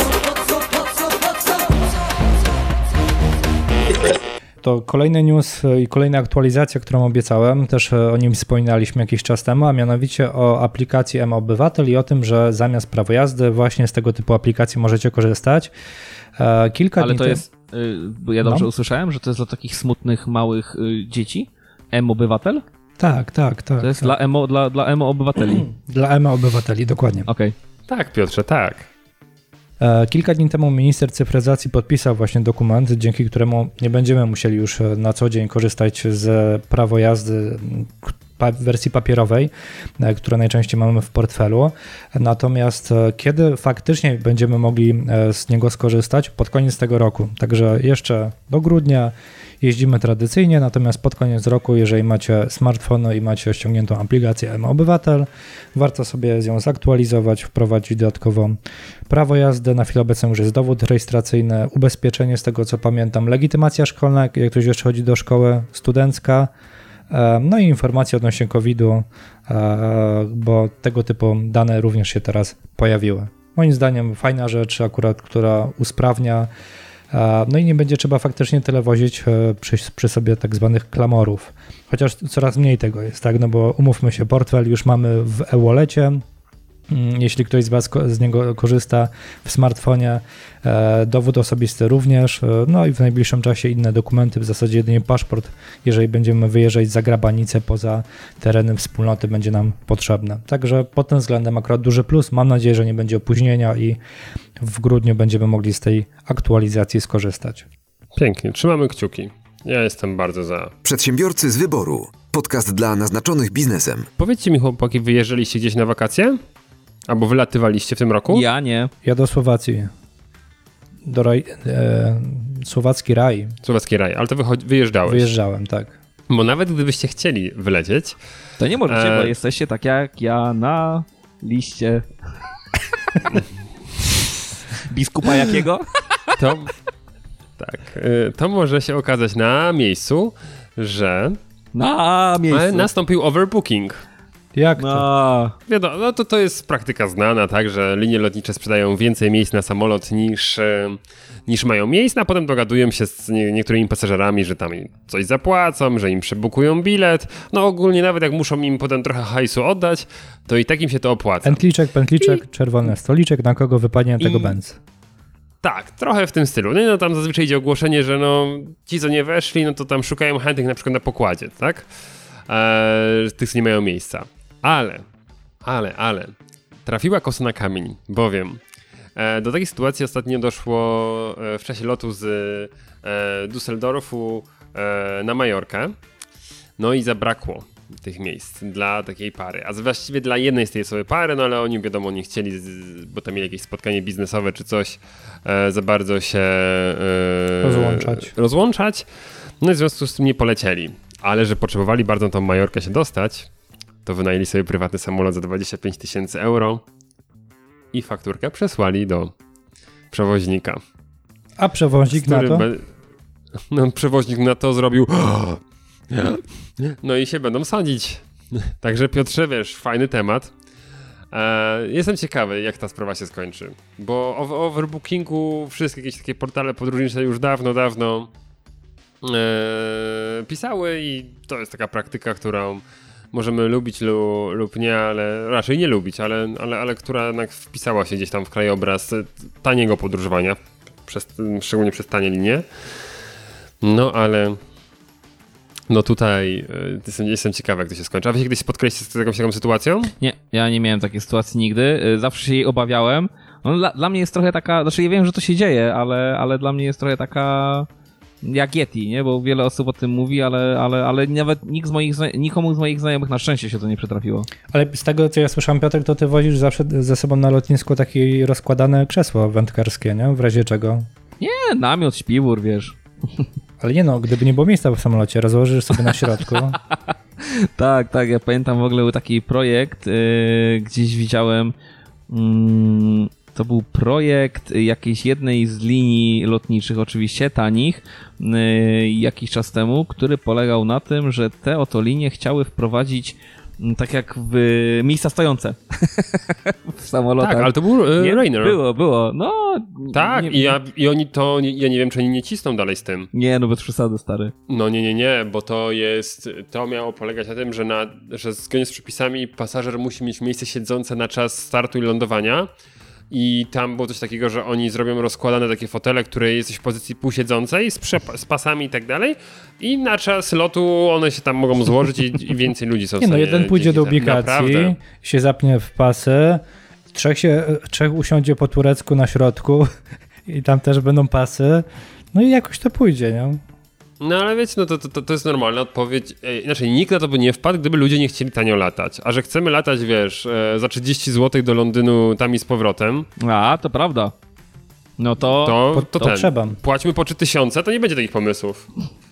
C: To kolejny news i kolejna aktualizacja, którą obiecałem, też o nim wspominaliśmy jakiś czas temu, a mianowicie o aplikacji mObywatel i o tym, że zamiast prawo jazdy właśnie z tego typu aplikacji możecie korzystać. Kilka
D: Ale
C: dni
D: to jest, bo ja dobrze
C: no.
D: usłyszałem, że to jest dla takich smutnych, małych dzieci? mObywatel?
C: Tak, tak, tak.
D: To jest
C: tak.
D: dla emo, dla, dla mObywateli.
C: Dla mObywateli, dokładnie.
D: Okej. Okay.
B: Tak, Piotrze, tak.
C: Kilka dni temu minister cyfryzacji podpisał właśnie dokument, dzięki któremu nie będziemy musieli już na co dzień korzystać z prawa jazdy w wersji papierowej, które najczęściej mamy w portfelu. Natomiast kiedy faktycznie będziemy mogli z niego skorzystać? Pod koniec tego roku. Także jeszcze do grudnia jeździmy tradycyjnie, natomiast pod koniec roku, jeżeli macie smartfon i macie ściągniętą aplikację mObywatel, warto sobie ją zaktualizować, wprowadzić dodatkowo prawo jazdy. Na chwilę obecną już jest dowód rejestracyjny, ubezpieczenie z tego co pamiętam, legitymacja szkolna, jak ktoś jeszcze chodzi do szkoły, studencka, no i informacje odnośnie kowida, bo tego typu dane również się teraz pojawiły. Moim zdaniem fajna rzecz akurat, która usprawnia. No i nie będzie trzeba faktycznie tyle wozić przy, przy sobie tak zwanych klamorów. Chociaż coraz mniej tego jest, tak? No bo umówmy się, portfel już mamy w e-wallecie. Jeśli ktoś z Was z niego korzysta w smartfonie, dowód osobisty również, no i w najbliższym czasie inne dokumenty, w zasadzie jedynie paszport, jeżeli będziemy wyjeżdżać za granicę poza terenem wspólnoty, będzie nam potrzebne. Także pod tym względem akurat duży plus, mam nadzieję, że nie będzie opóźnienia i w grudniu będziemy mogli z tej aktualizacji skorzystać.
B: Pięknie, trzymamy kciuki. Ja jestem bardzo za.
A: Przedsiębiorcy z wyboru. Podcast dla naznaczonych biznesem.
B: Powiedzcie mi, chłopaki, wyjeżdżaliście gdzieś na wakacje? Albo wylatywaliście w tym roku?
D: Ja nie.
C: Ja do Słowacji. Do raj, e, Słowacki raj.
B: Słowacki raj, ale to wychodzi, wyjeżdżałeś.
C: Wyjeżdżałem, tak.
B: Bo nawet gdybyście chcieli wylecieć...
D: To nie możecie,
B: e...
D: bo jesteście tak jak ja na liście... Biskupa jakiego?
B: To... Tak. To może się okazać na miejscu, że...
D: Na miejscu.
B: Nastąpił overbooking.
C: Jak to?
D: No.
B: Wiadomo, no to, to jest praktyka znana, tak, że linie lotnicze sprzedają więcej miejsc na samolot niż, niż mają miejsc, a potem dogadują się z nie, niektórymi pasażerami, że tam im coś zapłacą, że im przebukują bilet. No ogólnie nawet jak muszą im potem trochę hajsu oddać, to i tak im się to opłaca.
C: Pętliczek, pętliczek,
B: I...
C: czerwony stoliczek, na kogo wypadnie tego I... Benz.
B: Tak, trochę w tym stylu. No, no tam zazwyczaj idzie ogłoszenie, że no ci, co nie weszli, no to tam szukają chętnych na przykład na pokładzie, tak? Eee, tych, co nie mają miejsca. Ale, ale, ale, trafiła kosa na kamień, bowiem e, do takiej sytuacji ostatnio doszło e, w czasie lotu z e, Düsseldorfu e, na Majorkę, no i zabrakło tych miejsc dla takiej pary, a właściwie dla jednej z tej sobie pary, no ale oni wiadomo nie chcieli, bo tam mieli jakieś spotkanie biznesowe czy coś, e, za bardzo się e,
C: rozłączać.
B: rozłączać, no i w związku z tym nie polecieli, ale że potrzebowali bardzo na tą Majorkę się dostać, to wynajęli sobie prywatny samolot za dwadzieścia pięć tysięcy euro i fakturkę przesłali do przewoźnika.
C: A przewoźnik na to? Be...
B: No, przewoźnik na to zrobił no i się będą sądzić. Także Piotrze, wiesz, fajny temat. E, jestem ciekawy, jak ta sprawa się skończy, bo o overbookingu wszystkie jakieś takie portale podróżnicze już dawno, dawno e, pisały i to jest taka praktyka, którą możemy lubić lu, lub nie, ale raczej nie lubić, ale, ale, ale która jednak wpisała się gdzieś tam w krajobraz taniego podróżowania, przez, szczególnie przez tanie linie. No ale no tutaj y, jestem, jestem ciekawy, jak to się skończy. A wy się kiedyś spotkaliście z jakąś taką sytuacją?
D: Nie, ja nie miałem takiej sytuacji nigdy. Zawsze się jej obawiałem. No, dla, dla mnie jest trochę taka, znaczy ja wiem, że to się dzieje, ale, ale dla mnie jest trochę taka jak Yeti, nie? Bo wiele osób o tym mówi, ale, ale, ale nawet nikt z moich, nikomu z moich znajomych na szczęście się to nie przytrafiło.
C: Ale z tego, co ja słyszałem, Piotr, to ty wozisz zawsze ze sobą na lotnisku takie rozkładane krzesło wędkarskie, nie? W razie czego?
D: Nie, namiot, śpiwór, wiesz.
C: Ale nie no, gdyby nie było miejsca w samolocie, rozłożysz sobie na środku.
D: Tak, tak, ja pamiętam w ogóle był taki projekt, yy, gdzieś widziałem, yy, to był projekt jakiejś jednej z linii lotniczych, oczywiście tanich, yy, jakiś czas temu, który polegał na tym, że te oto linie chciały wprowadzić yy, tak jak w miejsca stojące w samolotach.
B: Tak, ale to był y,
D: nie,
B: Rainer.
D: Było, było, no.
B: Tak,
D: nie,
B: i, ja, i oni to, nie, ja nie wiem, czy oni nie cisną dalej z tym.
D: Nie, no bez przesady, stary.
B: No nie, nie, nie, bo to jest, to miało polegać na tym, że, na, że zgodnie z przepisami pasażer musi mieć miejsce siedzące na czas startu i lądowania. I tam było coś takiego, że oni zrobią rozkładane takie fotele, które jesteś w pozycji półsiedzącej, z, przepa- z pasami i tak dalej. I na czas lotu one się tam mogą złożyć i, i więcej ludzi są w
C: Nie no,
B: stanie.
C: jeden pójdzie do
B: dzięki temu.
C: ubikacji,
B: Naprawdę.
C: się zapnie w pasy, trzech, się, trzech usiądzie po turecku na środku i tam też będą pasy. No i jakoś to pójdzie, nie?
B: No ale wiecie, no to, to, to jest normalna odpowiedź. Ej, znaczy nikt na to by nie wpadł, gdyby ludzie nie chcieli tanio latać. A że chcemy latać, wiesz, e, za trzydzieści złotych do Londynu tam i z powrotem,
D: A, to prawda. No to...
B: to, to,
C: to
B: ten.
C: trzeba.
B: Płaćmy po trzy tysiące, to nie będzie takich pomysłów.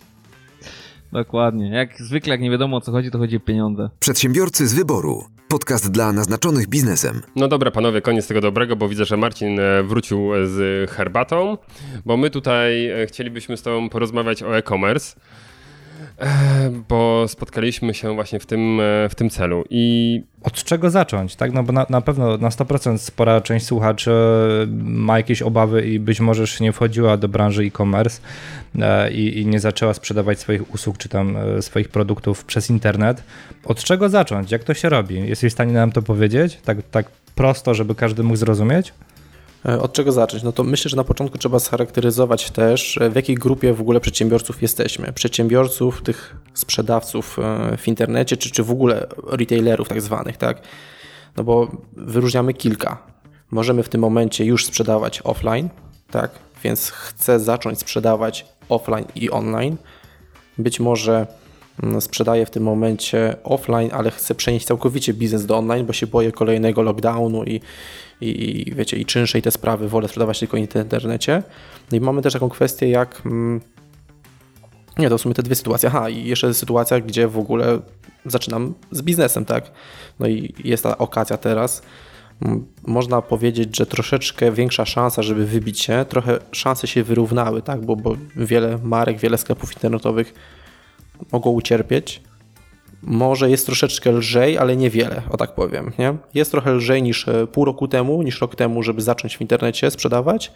D: Dokładnie. Jak zwykle, jak nie wiadomo o co chodzi, to chodzi o pieniądze.
A: Przedsiębiorcy z wyboru. Podcast dla naznaczonych biznesem.
B: No dobra, panowie, koniec tego dobrego, bo widzę, że Marcin e, wrócił z herbatą, bo my tutaj e, chcielibyśmy z tobą porozmawiać o e-commerce, e, bo spotkaliśmy się właśnie w tym, e, w tym celu i...
C: Od czego zacząć, tak? No bo na, na pewno na sto procent spora część słuchaczy ma jakieś obawy i być może jeszcze nie wchodziła do branży e-commerce e, i, i nie zaczęła sprzedawać swoich usług czy tam e, swoich produktów przez internet. Od czego zacząć? Jak to się robi? Jesteś w stanie nam to powiedzieć? Tak, tak prosto, żeby każdy mógł zrozumieć?
E: Od czego zacząć? No to myślę, że na początku trzeba scharakteryzować też, w jakiej grupie w ogóle przedsiębiorców jesteśmy. Przedsiębiorców, tych sprzedawców w internecie, czy, czy w ogóle retailerów tak zwanych, tak? No bo wyróżniamy kilka. Możemy w tym momencie już sprzedawać offline, tak? Więc chcę zacząć sprzedawać offline i online. Być może sprzedaję w tym momencie offline, ale chcę przenieść całkowicie biznes do online, bo się boję kolejnego lockdownu i I, i wiecie, i czynsze i te sprawy, wolę sprzedawać tylko w internecie. No i mamy też taką kwestię jak, mm, nie, to w sumie te dwie sytuacje, aha, i jeszcze sytuacja, gdzie w ogóle zaczynam z biznesem, tak, no i jest ta okazja teraz, m, można powiedzieć, że troszeczkę większa szansa, żeby wybić się, trochę szanse się wyrównały, tak, bo, bo wiele marek, wiele sklepów internetowych mogło ucierpieć. Może jest troszeczkę lżej, ale niewiele, o tak powiem. Nie? Jest trochę lżej niż pół roku temu, niż rok temu, żeby zacząć w internecie sprzedawać,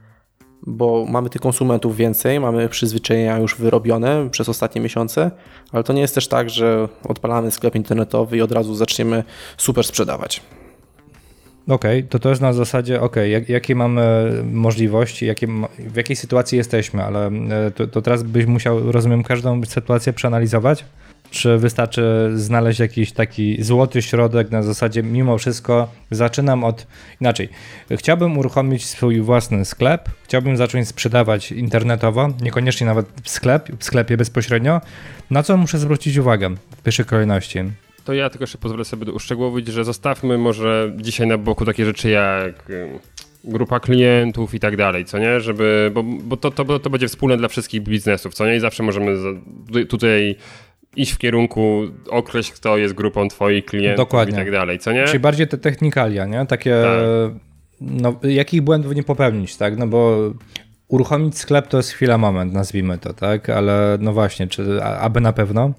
E: bo mamy tych konsumentów więcej, mamy przyzwyczajenia już wyrobione przez ostatnie miesiące, ale to nie jest też tak, że odpalamy sklep internetowy i od razu zaczniemy super sprzedawać.
C: Okej, okay, to to jest na zasadzie, okej, okay, jak, jakie mamy możliwości, jakie, w jakiej sytuacji jesteśmy, ale to, to teraz byś musiał, rozumiem, każdą sytuację przeanalizować? Czy wystarczy znaleźć jakiś taki złoty środek na zasadzie mimo wszystko zaczynam od, inaczej, chciałbym uruchomić swój własny sklep, chciałbym zacząć sprzedawać internetowo, niekoniecznie nawet w, sklep, w sklepie bezpośrednio, na co muszę zwrócić uwagę w pierwszej kolejności?
B: To ja tylko jeszcze pozwolę sobie uszczegółowić, że zostawmy może dzisiaj na boku takie rzeczy jak grupa klientów i tak dalej, co nie, żeby, bo, bo to, to, to będzie wspólne dla wszystkich biznesów, co nie, i zawsze możemy tutaj iść w kierunku, określ, kto jest grupą twoich klientów. Dokładnie. I tak dalej, co nie?
C: Czyli bardziej te technikalia, nie? Takie, tak. No, jakich błędów nie popełnić, tak? No bo uruchomić sklep to jest chwila, moment, nazwijmy to, tak? Ale no właśnie, czy aby na pewno?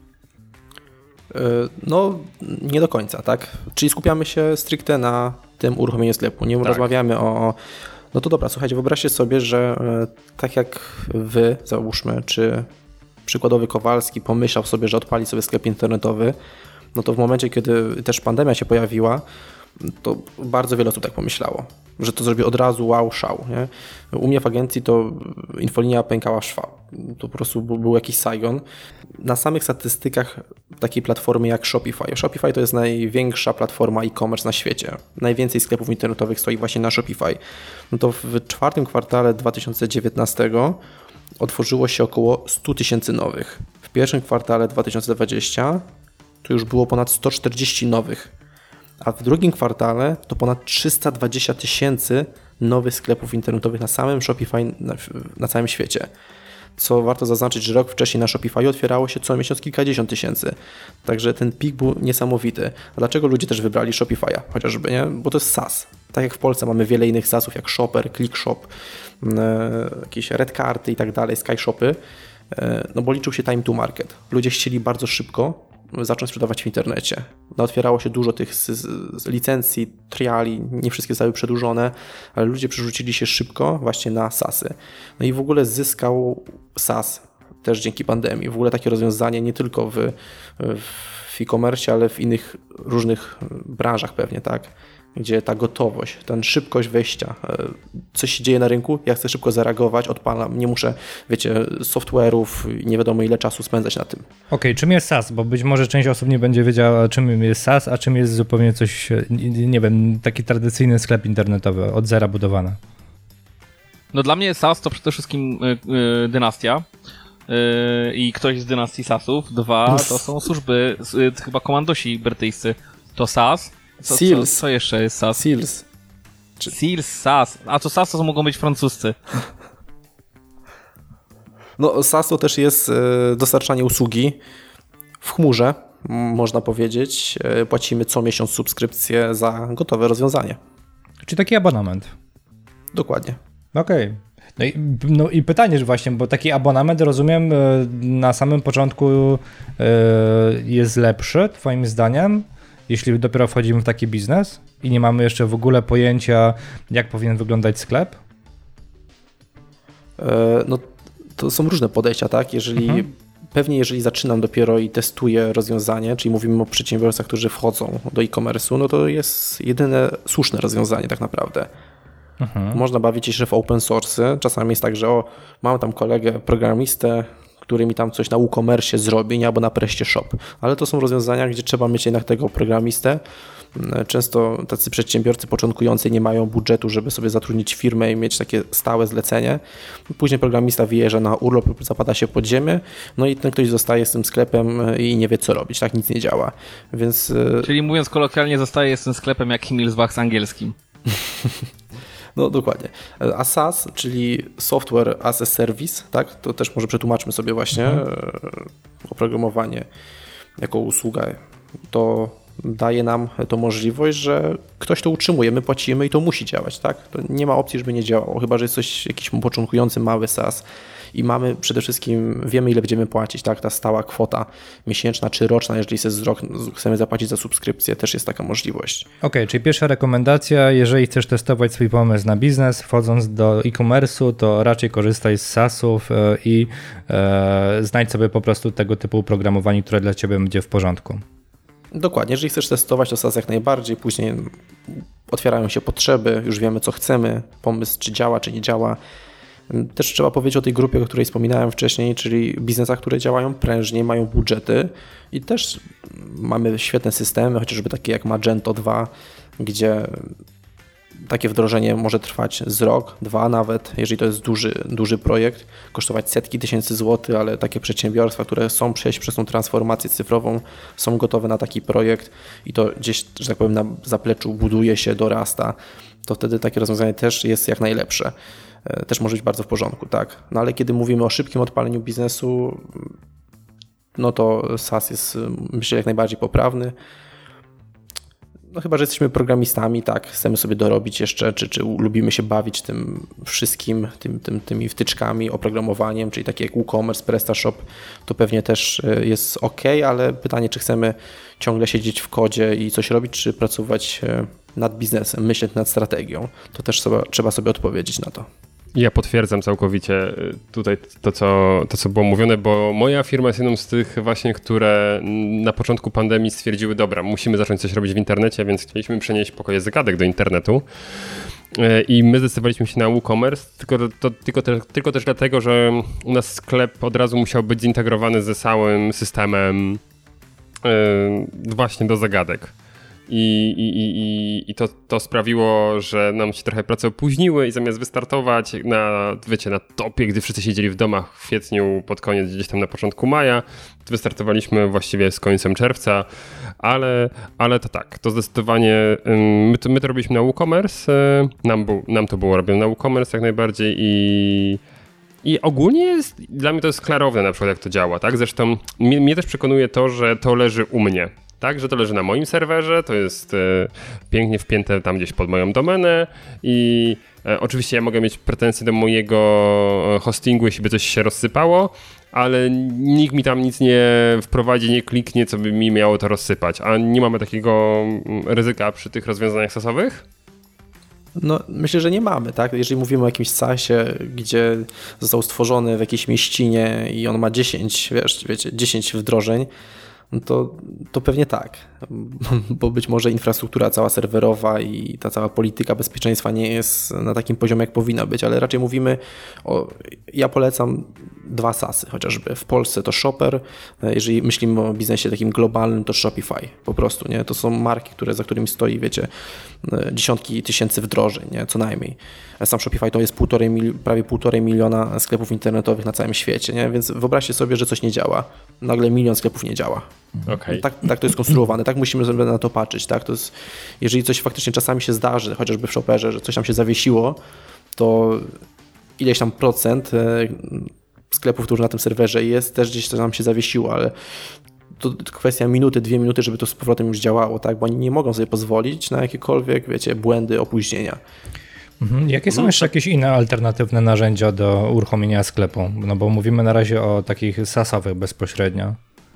E: No, nie do końca, tak? Czyli skupiamy się stricte na tym uruchomieniu sklepu. Nie tak. rozmawiamy o... No to dobra, słuchajcie, wyobraźcie sobie, że tak jak wy, załóżmy, czy przykładowy Kowalski pomyślał sobie, że odpali sobie sklep internetowy, no to w momencie, kiedy też pandemia się pojawiła, to bardzo wiele osób tak pomyślało, że to zrobi od razu wow, szał. Nie? U mnie w agencji to infolinia pękała w szwał. to po prostu był jakiś Saigon. Na samych statystykach takiej platformy jak Shopify. Shopify to jest największa platforma e-commerce na świecie. Najwięcej sklepów internetowych stoi właśnie na Shopify. No to w czwartym kwartale dwa tysiące dziewiętnastego otworzyło się około sto tysięcy nowych. W pierwszym kwartale dwa tysiące dwudziestego to już było ponad sto czterdzieści nowych, a w drugim kwartale to ponad trzysta dwadzieścia tysięcy nowych sklepów internetowych na samym Shopify na, na całym świecie. Co warto zaznaczyć, że rok wcześniej na Shopify otwierało się co miesiąc kilkadziesiąt tysięcy. Także ten pik był niesamowity. A dlaczego ludzie też wybrali Shopify'a chociażby, nie? Bo to jest SaaS. Tak jak w Polsce mamy wiele innych SaaSów jak Shopper, ClickShop, e, jakieś Redcarty i tak dalej, SkyShopy, e, no bo liczył się time to market. Ludzie chcieli bardzo szybko zacząć sprzedawać w internecie. No, otwierało się dużo tych z, z, z licencji, triali, nie wszystkie zostały przedłużone, ale ludzie przerzucili się szybko właśnie na SaaSy. No i w ogóle zyskał SaaS też dzięki pandemii. W ogóle takie rozwiązanie nie tylko w, w e-commerce, ale w innych różnych branżach pewnie, tak? Gdzie ta gotowość, ta szybkość wejścia, coś się dzieje na rynku, ja chcę szybko zareagować, odpalam, nie muszę, wiecie, software'ów, nie wiadomo ile czasu spędzać na tym.
C: Okej, okay, czym jest SaaS? Bo być może część osób nie będzie wiedziała, czym jest SaaS, a czym jest zupełnie coś, nie wiem, taki tradycyjny sklep internetowy, od zera budowany.
D: No dla mnie SaaS to przede wszystkim y, y, dynastia. I ktoś z dynastii SaaSów. Dwa, to są służby, chyba komandosi brytyjscy. To SaaS. Co, co, co jeszcze jest SaaS?
E: Seals.
D: Czy... Seals, SaaS. A to SaaS to mogą być francuscy.
E: No SaaS to też jest dostarczanie usługi w chmurze, można powiedzieć. Płacimy co miesiąc subskrypcję za gotowe rozwiązanie.
C: Czyli taki abonament.
E: Dokładnie.
C: Okej. Okay. No i, no i pytanie, że właśnie, bo taki abonament, rozumiem, na samym początku jest lepszy, twoim zdaniem, jeśli dopiero wchodzimy w taki biznes i nie mamy jeszcze w ogóle pojęcia, jak powinien wyglądać sklep?
E: No to są różne podejścia, tak? Jeżeli mhm. Pewnie jeżeli zaczynam dopiero i testuję rozwiązanie, czyli mówimy o przedsiębiorcach, którzy wchodzą do e-commerce'u, no to jest jedyne słuszne rozwiązanie tak naprawdę. Mhm. Można bawić się jeszcze w open source. Czasami jest tak, że o, mam tam kolegę programistę, który mi tam coś na WooCommerce zrobi, albo na PrestaShop. Ale to są rozwiązania, gdzie trzeba mieć jednak tego programistę. Często tacy przedsiębiorcy początkujący nie mają budżetu, żeby sobie zatrudnić firmę i mieć takie stałe zlecenie. Później programista wyjeżdża na urlop lub zapada się pod ziemię, no i ten ktoś zostaje z tym sklepem i nie wie co robić, tak nic nie działa. Więc...
D: Czyli mówiąc kolokwialnie, zostaje z tym sklepem jak Himmelsbach z angielskim.
E: No dokładnie. A SaaS, czyli Software as a Service, tak? To też może przetłumaczmy sobie właśnie mhm. oprogramowanie jako usługę. To daje nam to możliwość, że ktoś to utrzymuje, my płacimy i to musi działać, tak? To nie ma opcji, żeby nie działało, chyba że jest coś, jakiś początkujący mały SaaS i mamy przede wszystkim, wiemy ile będziemy płacić, tak? Ta stała kwota miesięczna czy roczna, jeżeli jest rok, chcemy zapłacić za subskrypcję, też jest taka możliwość.
C: Okej, okay, czyli pierwsza rekomendacja, jeżeli chcesz testować swój pomysł na biznes, wchodząc do e-commerce'u, to raczej korzystaj z SaaSów i e, znajdź sobie po prostu tego typu oprogramowanie, które dla Ciebie będzie w porządku.
E: Dokładnie, jeżeli chcesz testować, to SaaS jak najbardziej, później otwierają się potrzeby, już wiemy co chcemy, pomysł czy działa, czy nie działa. Też trzeba powiedzieć o tej grupie, o której wspominałem wcześniej, czyli biznesach, które działają prężnie, mają budżety i też mamy świetne systemy, chociażby takie jak Magento dwa, gdzie takie wdrożenie może trwać z rok, dwa nawet, jeżeli to jest duży, duży projekt, kosztować setki tysięcy złotych, ale takie przedsiębiorstwa, które chcą przejść przez tą transformację cyfrową, są gotowe na taki projekt i to gdzieś, że tak powiem, na zapleczu buduje się, dorasta, to wtedy takie rozwiązanie też jest jak najlepsze. Też może być bardzo w porządku, tak. No ale kiedy mówimy o szybkim odpaleniu biznesu, no to SaaS jest, myślę, jak najbardziej poprawny. No chyba, że jesteśmy programistami, tak, chcemy sobie dorobić jeszcze, czy, czy lubimy się bawić tym wszystkim, tym, tym, tymi wtyczkami, oprogramowaniem, czyli takie jak WooCommerce, PrestaShop, to pewnie też jest ok, ale pytanie, czy chcemy ciągle siedzieć w kodzie i coś robić, czy pracować nad biznesem, myśleć nad strategią, to też sobie, trzeba sobie odpowiedzieć na to.
B: Ja potwierdzam całkowicie tutaj to co, to, co było mówione, bo moja firma jest jedną z tych właśnie, które na początku pandemii stwierdziły, dobra, musimy zacząć coś robić w internecie, więc chcieliśmy przenieść pokoje zagadek do internetu. I my zdecydowaliśmy się na WooCommerce, tylko, to, tylko, te, tylko też dlatego, że u nas sklep od razu musiał być zintegrowany ze całym systemem yy, właśnie do zagadek. I, i, i, i to, to sprawiło, że nam się trochę prace opóźniły i zamiast wystartować na, wiecie, na topie, gdy wszyscy siedzieli w domach w kwietniu, pod koniec, gdzieś tam na początku maja, to wystartowaliśmy właściwie z końcem czerwca, ale, ale to tak, to zdecydowanie, my to, my to robiliśmy na WooCommerce, nam, był, nam to było robione na WooCommerce jak najbardziej i I ogólnie jest, dla mnie to jest klarowne na przykład jak to działa, tak? Zresztą mnie, mnie też przekonuje to, że to leży u mnie. Tak, że to leży na moim serwerze, to jest e, pięknie wpięte tam gdzieś pod moją domenę i e, oczywiście ja mogę mieć pretensje do mojego hostingu, jeśli by coś się rozsypało, ale nikt mi tam nic nie wprowadzi, nie kliknie, co by mi miało to rozsypać. A nie mamy takiego ryzyka przy tych rozwiązaniach sasowych?
E: No, myślę, że nie mamy, tak? Jeżeli mówimy o jakimś sasie, gdzie został stworzony w jakiejś mieścinie i on ma dziesięć, wiesz, wiecie, dziesięć wdrożeń, no to, to pewnie tak, bo być może infrastruktura cała serwerowa i ta cała polityka bezpieczeństwa nie jest na takim poziomie, jak powinna być, ale raczej mówimy o, ja polecam dwa sasy chociażby. W Polsce to Shopper, jeżeli myślimy o biznesie takim globalnym, to Shopify po prostu, nie? To są marki, które, za którymi stoi, wiecie, dziesiątki tysięcy wdrożeń, nie? Co najmniej. Sam Shopify to jest półtorej, prawie półtorej miliona sklepów internetowych na całym świecie, nie? Więc wyobraźcie sobie, że coś nie działa. Nagle milion sklepów nie działa.
B: Okay.
E: Tak, tak to jest konstruowane, tak musimy sobie na to patrzeć. Tak? To jest, jeżeli coś faktycznie czasami się zdarzy, chociażby w Shopperze, że coś tam się zawiesiło, to ileś tam procent sklepów, które na tym serwerze jest, też gdzieś to nam się zawiesiło, ale to kwestia minuty, dwie minuty, żeby to z powrotem już działało, tak? Bo oni nie mogą sobie pozwolić na jakiekolwiek, wiecie, błędy, opóźnienia.
C: Mhm. Jakie są jeszcze jakieś inne alternatywne narzędzia do uruchomienia sklepu? No bo mówimy na razie o takich sasowych bezpośrednio.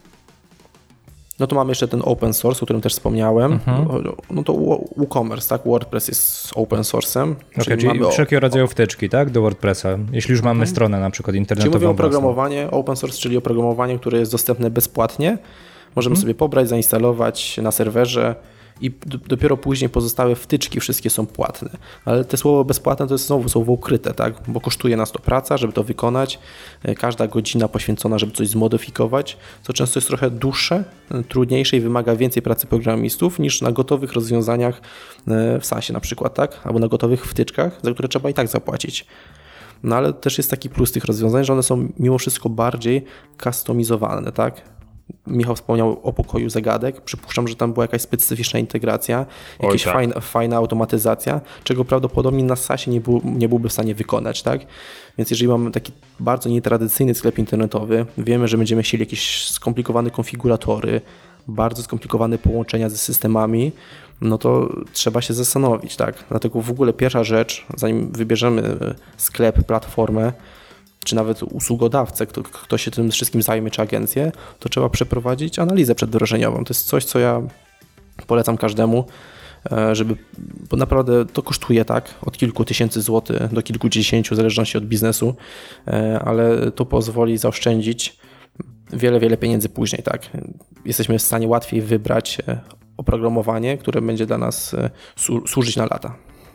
E: No to mamy jeszcze ten open source, o którym też wspomniałem. Mhm. No to WooCommerce, tak? WordPress jest open source'em.
C: Okay, czyli czyli mamy wszelkiego rodzaju wtyczki, tak? Do WordPressa. Jeśli już mamy mhm. stronę na przykład internetową.
E: Czyli mówimy o programowanie open source, czyli oprogramowanie, które jest dostępne bezpłatnie. Możemy mhm. sobie pobrać, zainstalować na serwerze i dopiero później pozostałe wtyczki wszystkie są płatne. Ale te słowo bezpłatne to jest znowu słowo ukryte, tak? Bo kosztuje nas to praca, żeby to wykonać. Każda godzina poświęcona, żeby coś zmodyfikować, co często jest trochę dłuższe, trudniejsze i wymaga więcej pracy programistów niż na gotowych rozwiązaniach w sasie na przykład, tak? Albo na gotowych wtyczkach, za które trzeba i tak zapłacić. No ale też jest taki plus tych rozwiązań, że one są mimo wszystko bardziej kustomizowane, tak? Michał wspomniał o pokoju zagadek. Przypuszczam, że tam była jakaś specyficzna integracja, jakaś tak. fajna, fajna automatyzacja, czego prawdopodobnie na sasie nie, był, nie byłby w stanie wykonać, tak? Więc jeżeli mamy taki bardzo nietradycyjny sklep internetowy, wiemy, że będziemy chcieli jakieś skomplikowane konfiguratory, bardzo skomplikowane połączenia ze systemami, no to trzeba się zastanowić, tak? Dlatego w ogóle pierwsza rzecz, zanim wybierzemy sklep, platformę, czy nawet usługodawcę, kto, kto się tym wszystkim zajmie, czy agencję, to trzeba przeprowadzić analizę przedwdrożeniową. To jest coś, co ja polecam każdemu, żeby, bo naprawdę to kosztuje, tak, od kilku tysięcy złotych do kilkudziesięciu, w zależności od biznesu, ale to pozwoli zaoszczędzić wiele, wiele pieniędzy później, tak. Jesteśmy w stanie łatwiej wybrać oprogramowanie, które będzie dla nas służyć na lata.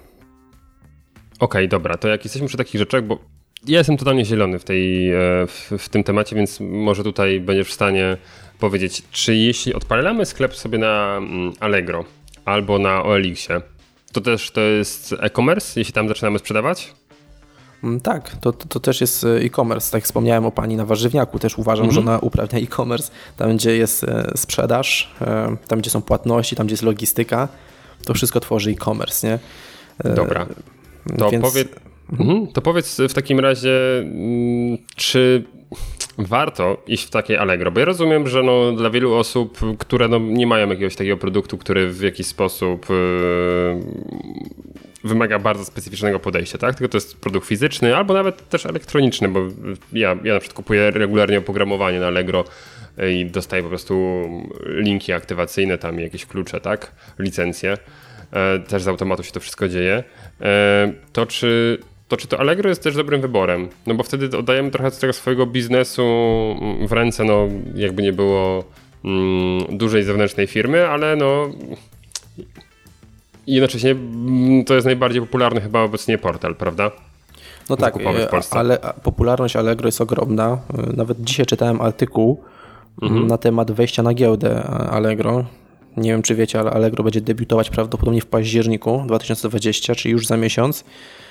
B: Okej, okay, dobra, to jak jesteśmy przy takich rzeczach, bo ja jestem totalnie zielony w, tej, w, w tym temacie, więc może tutaj będziesz w stanie powiedzieć, czy jeśli odpalamy sklep sobie na Allegro albo na O L X-ie, to też to jest e-commerce, jeśli tam zaczynamy sprzedawać?
E: Tak, to, to, to też jest e-commerce. Tak jak wspomniałem o pani na warzywniaku, też uważam, mhm. że ona uprawnia e-commerce. Tam, gdzie jest sprzedaż, tam, gdzie są płatności, tam, gdzie jest logistyka, to wszystko tworzy e-commerce, nie?
B: Dobra, to Więc... powiedz... Mhm. To powiedz w takim razie, czy warto iść w takie Allegro? Bo ja rozumiem, że no, dla wielu osób, które no, nie mają jakiegoś takiego produktu, który w jakiś sposób yy, wymaga bardzo specyficznego podejścia, tak? Tylko to jest produkt fizyczny albo nawet też elektroniczny, bo ja, ja na przykład kupuję regularnie oprogramowanie na Allegro i dostaję po prostu linki aktywacyjne, tam jakieś klucze, tak? Licencje. Też z automatu się to wszystko dzieje. To czy to czy to Allegro jest też dobrym wyborem? No bo wtedy oddajemy trochę z tego swojego biznesu w ręce, no jakby nie było mm, dużej zewnętrznej firmy, ale no jednocześnie to jest najbardziej popularny chyba obecnie portal, prawda?
E: No tak, ale popularność Allegro jest ogromna. Nawet dzisiaj czytałem artykuł mhm. na temat wejścia na giełdę Allegro. Nie wiem, czy wiecie, ale Allegro będzie debiutować prawdopodobnie w październiku dwa tysiące dwudziestym, czyli już za miesiąc,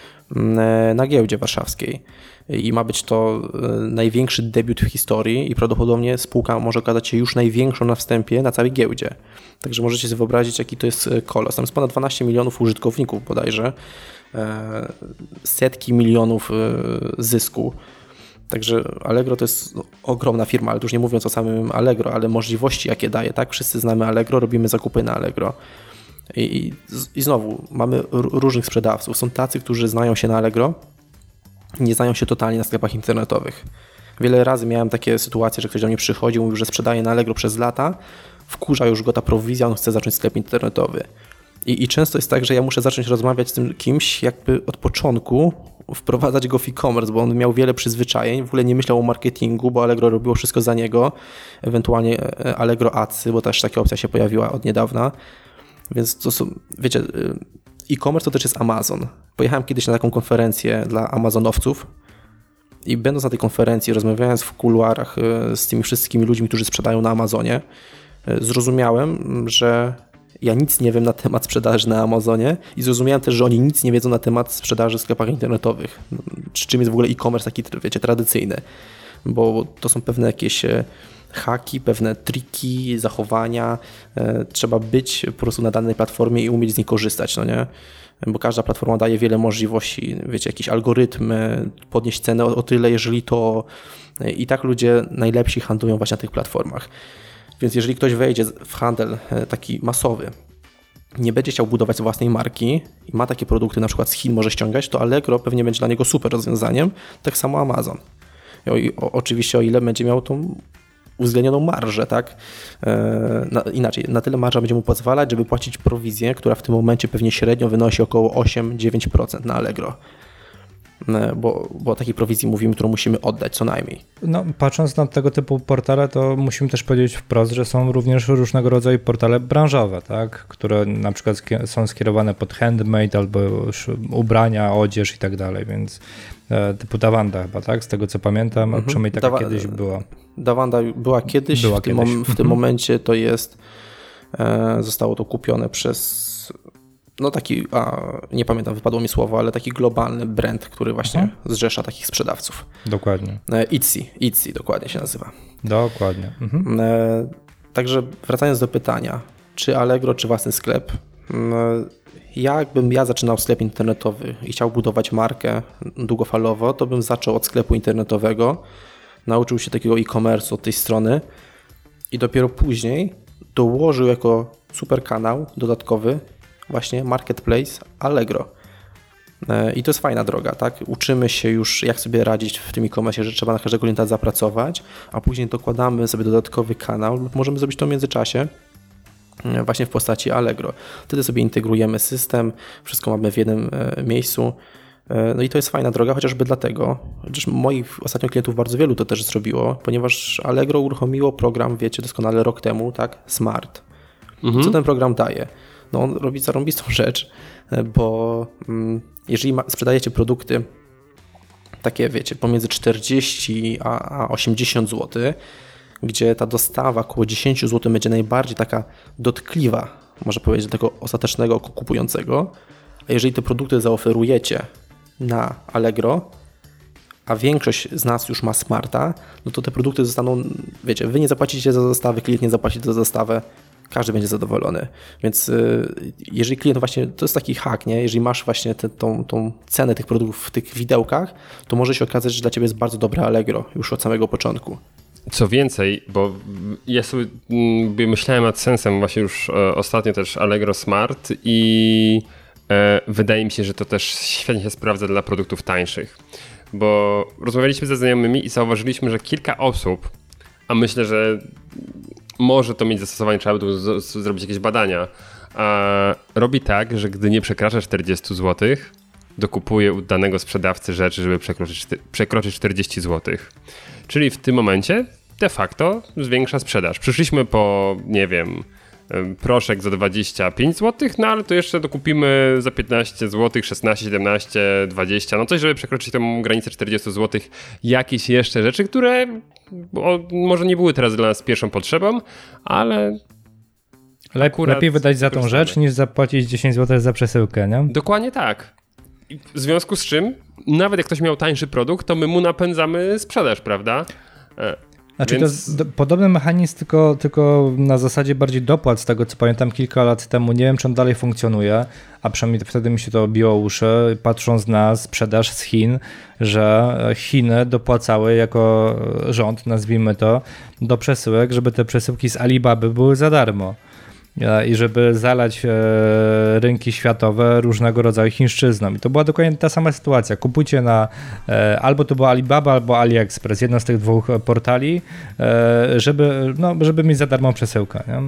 E: na giełdzie warszawskiej. I ma być to największy debiut w historii i prawdopodobnie spółka może okazać się już największą na wstępie na całej giełdzie. Także możecie sobie wyobrazić, jaki to jest kolos. Tam jest ponad dwanaście milionów użytkowników bodajże, setki milionów zysku. Także Allegro to jest ogromna firma, ale tu już nie mówiąc o samym Allegro, ale możliwości jakie daje, tak? Wszyscy znamy Allegro, robimy zakupy na Allegro. I, i, i znowu mamy różnych sprzedawców. Są tacy, którzy znają się na Allegro, nie znają się totalnie na sklepach internetowych. Wiele razy miałem takie sytuacje, że ktoś do mnie przychodził, mówił, że sprzedaje na Allegro przez lata, wkurza już go ta prowizja, on chce zacząć sklep internetowy. I, I często jest tak, że ja muszę zacząć rozmawiać z tym kimś jakby od początku, wprowadzać go w e-commerce, bo on miał wiele przyzwyczajeń, w ogóle nie myślał o marketingu, bo Allegro robiło wszystko za niego, ewentualnie Allegro Adsy, bo też taka opcja się pojawiła od niedawna. Więc to są, wiecie, e-commerce to też jest Amazon. Pojechałem kiedyś na taką konferencję dla amazonowców i będąc na tej konferencji, rozmawiając w kuluarach z tymi wszystkimi ludźmi, którzy sprzedają na Amazonie, zrozumiałem, że ja nic nie wiem na temat sprzedaży na Amazonie i zrozumiałem też, że oni nic nie wiedzą na temat sprzedaży w sklepach internetowych. Czym jest w ogóle e-commerce taki, wiecie, tradycyjny. Bo to są pewne jakieś haki, pewne triki, zachowania. Trzeba być po prostu na danej platformie i umieć z niej korzystać, no nie? Bo każda platforma daje wiele możliwości, wiecie, jakieś algorytmy, podnieść cenę o, o tyle, jeżeli to... I tak ludzie najlepsi handlują właśnie na tych platformach. Więc jeżeli ktoś wejdzie w handel taki masowy, nie będzie chciał budować własnej marki i ma takie produkty na przykład z Chin może ściągać, to Allegro pewnie będzie dla niego super rozwiązaniem, tak samo Amazon. I o, oczywiście o ile będzie miał tą uwzględnioną marżę, tak? E, na, inaczej, na tyle marża będzie mu pozwalać, żeby płacić prowizję, która w tym momencie pewnie średnio wynosi około osiem do dziewięciu procent na Allegro. Bo, bo o takiej prowizji mówimy, którą musimy oddać co najmniej.
C: No, patrząc na tego typu portale, to musimy też powiedzieć wprost, że są również różnego rodzaju portale branżowe, tak? Które na przykład są skierowane pod handmade albo ubrania, odzież i tak dalej, więc e, typu Dawanda chyba, tak? Z tego co pamiętam, mhm. przynajmniej taka Dawa- kiedyś była.
E: Dawanda była kiedyś, była w, kiedyś. Tym, mom- w tym momencie to jest, e, zostało to kupione przez no taki, a, nie pamiętam, wypadło mi słowo, ale taki globalny brand, który właśnie mhm. zrzesza takich sprzedawców.
C: Dokładnie.
E: Etsy, Etsy dokładnie się nazywa.
C: Dokładnie. Mhm.
E: E, także wracając do pytania, czy Allegro, czy własny sklep? E, ja jakbym ja zaczynał sklep internetowy i chciał budować markę długofalowo, to bym zaczął od sklepu internetowego, nauczył się takiego e-commerce od tej strony i dopiero później dołożył jako super kanał dodatkowy właśnie marketplace Allegro. I to jest fajna droga, tak? Uczymy się już, jak sobie radzić w tym e-commerce, że trzeba na każdego klienta zapracować, a później dokładamy sobie dodatkowy kanał lub możemy zrobić to w międzyczasie właśnie w postaci Allegro. Wtedy sobie integrujemy system, wszystko mamy w jednym miejscu. No i to jest fajna droga, chociażby dlatego, chociaż moich ostatnio klientów bardzo wielu to też zrobiło, ponieważ Allegro uruchomiło program, wiecie doskonale, rok temu, tak? Smart. Mhm. Co ten program daje? No on robi zarąbistą rzecz, bo jeżeli ma, sprzedajecie produkty takie, wiecie, pomiędzy czterdzieści a osiemdziesiąt złotych, gdzie ta dostawa około dziesięć złotych będzie najbardziej taka dotkliwa, można powiedzieć, do tego ostatecznego kupującego, a jeżeli te produkty zaoferujecie na Allegro, a większość z nas już ma Smarta, no to te produkty zostaną, wiecie, wy nie zapłacicie za dostawę, klient nie zapłaci za dostawę, każdy będzie zadowolony. Więc jeżeli klient właśnie, to jest taki hack, nie? Jeżeli masz właśnie te, tą, tą cenę tych produktów w tych widełkach, to może się okazać, że dla ciebie jest bardzo dobre Allegro już od samego początku.
B: Co więcej, bo ja sobie myślałem nad sensem właśnie już ostatnio też Allegro Smart i e, wydaje mi się, że to też świetnie się sprawdza dla produktów tańszych. Bo rozmawialiśmy ze znajomymi i zauważyliśmy, że kilka osób, a myślę, że może to mieć zastosowanie, trzeba by tu z- z- zrobić jakieś badania, a robi tak, że gdy nie przekracza czterdzieści złotych, dokupuje u danego sprzedawcy rzeczy, żeby przekroczyć, przekroczyć czterdzieści złotych. Czyli w tym momencie de facto zwiększa sprzedaż. Przyszliśmy po, nie wiem, proszek za dwadzieścia pięć złotych, no ale to jeszcze dokupimy za piętnaście złotych, szesnaście, siedemnaście, dwadzieścia, no coś, żeby przekroczyć tę granicę czterdzieści złotych, jakieś jeszcze rzeczy, które o, może nie były teraz dla nas pierwszą potrzebą, ale
C: Lep, lepiej wydać za tą rzecz, niż zapłacić dziesięć złotych za przesyłkę, nie?
B: Dokładnie tak. I w związku z czym, nawet jak ktoś miał tańszy produkt, to my mu napędzamy sprzedaż, prawda?
C: Znaczy
B: Więc...
C: to jest do, podobny mechanizm, tylko, tylko na zasadzie bardziej dopłat, z tego co pamiętam kilka lat temu. Nie wiem, czy on dalej funkcjonuje, a przynajmniej wtedy mi się to biło uszy, patrząc na sprzedaż z Chin, że Chiny dopłacały jako rząd, nazwijmy to, do przesyłek, żeby te przesyłki z Alibaby były za darmo. I żeby zalać rynki światowe różnego rodzaju chińszczyzną. I to była dokładnie ta sama sytuacja. Kupujcie na albo to była Alibaba, albo AliExpress, jedno z tych dwóch portali, żeby, no, żeby mieć za darmo przesyłkę. Nie?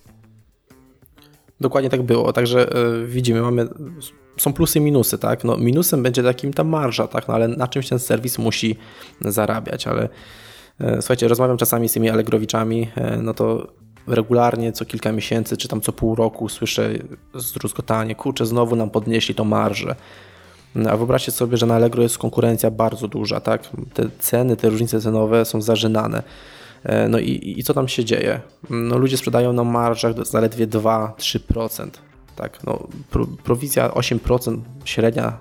E: Dokładnie tak było. Także widzimy, mamy, są plusy i minusy, tak? No, minusem będzie takim tam marża, tak? No, ale na czymś ten serwis musi zarabiać, ale słuchajcie, rozmawiam czasami z tymi Allegrowiczami, no to regularnie co kilka miesięcy, czy tam co pół roku słyszę zdruzgotanie, kurczę, znowu nam podnieśli tą marżę. A wyobraźcie sobie, że na Allegro jest konkurencja bardzo duża, tak? Te ceny, te różnice cenowe są zażynane. No i, i co tam się dzieje? No ludzie sprzedają na marżach zaledwie dwa do trzech procent, tak? No, pro, prowizja osiem procent średnia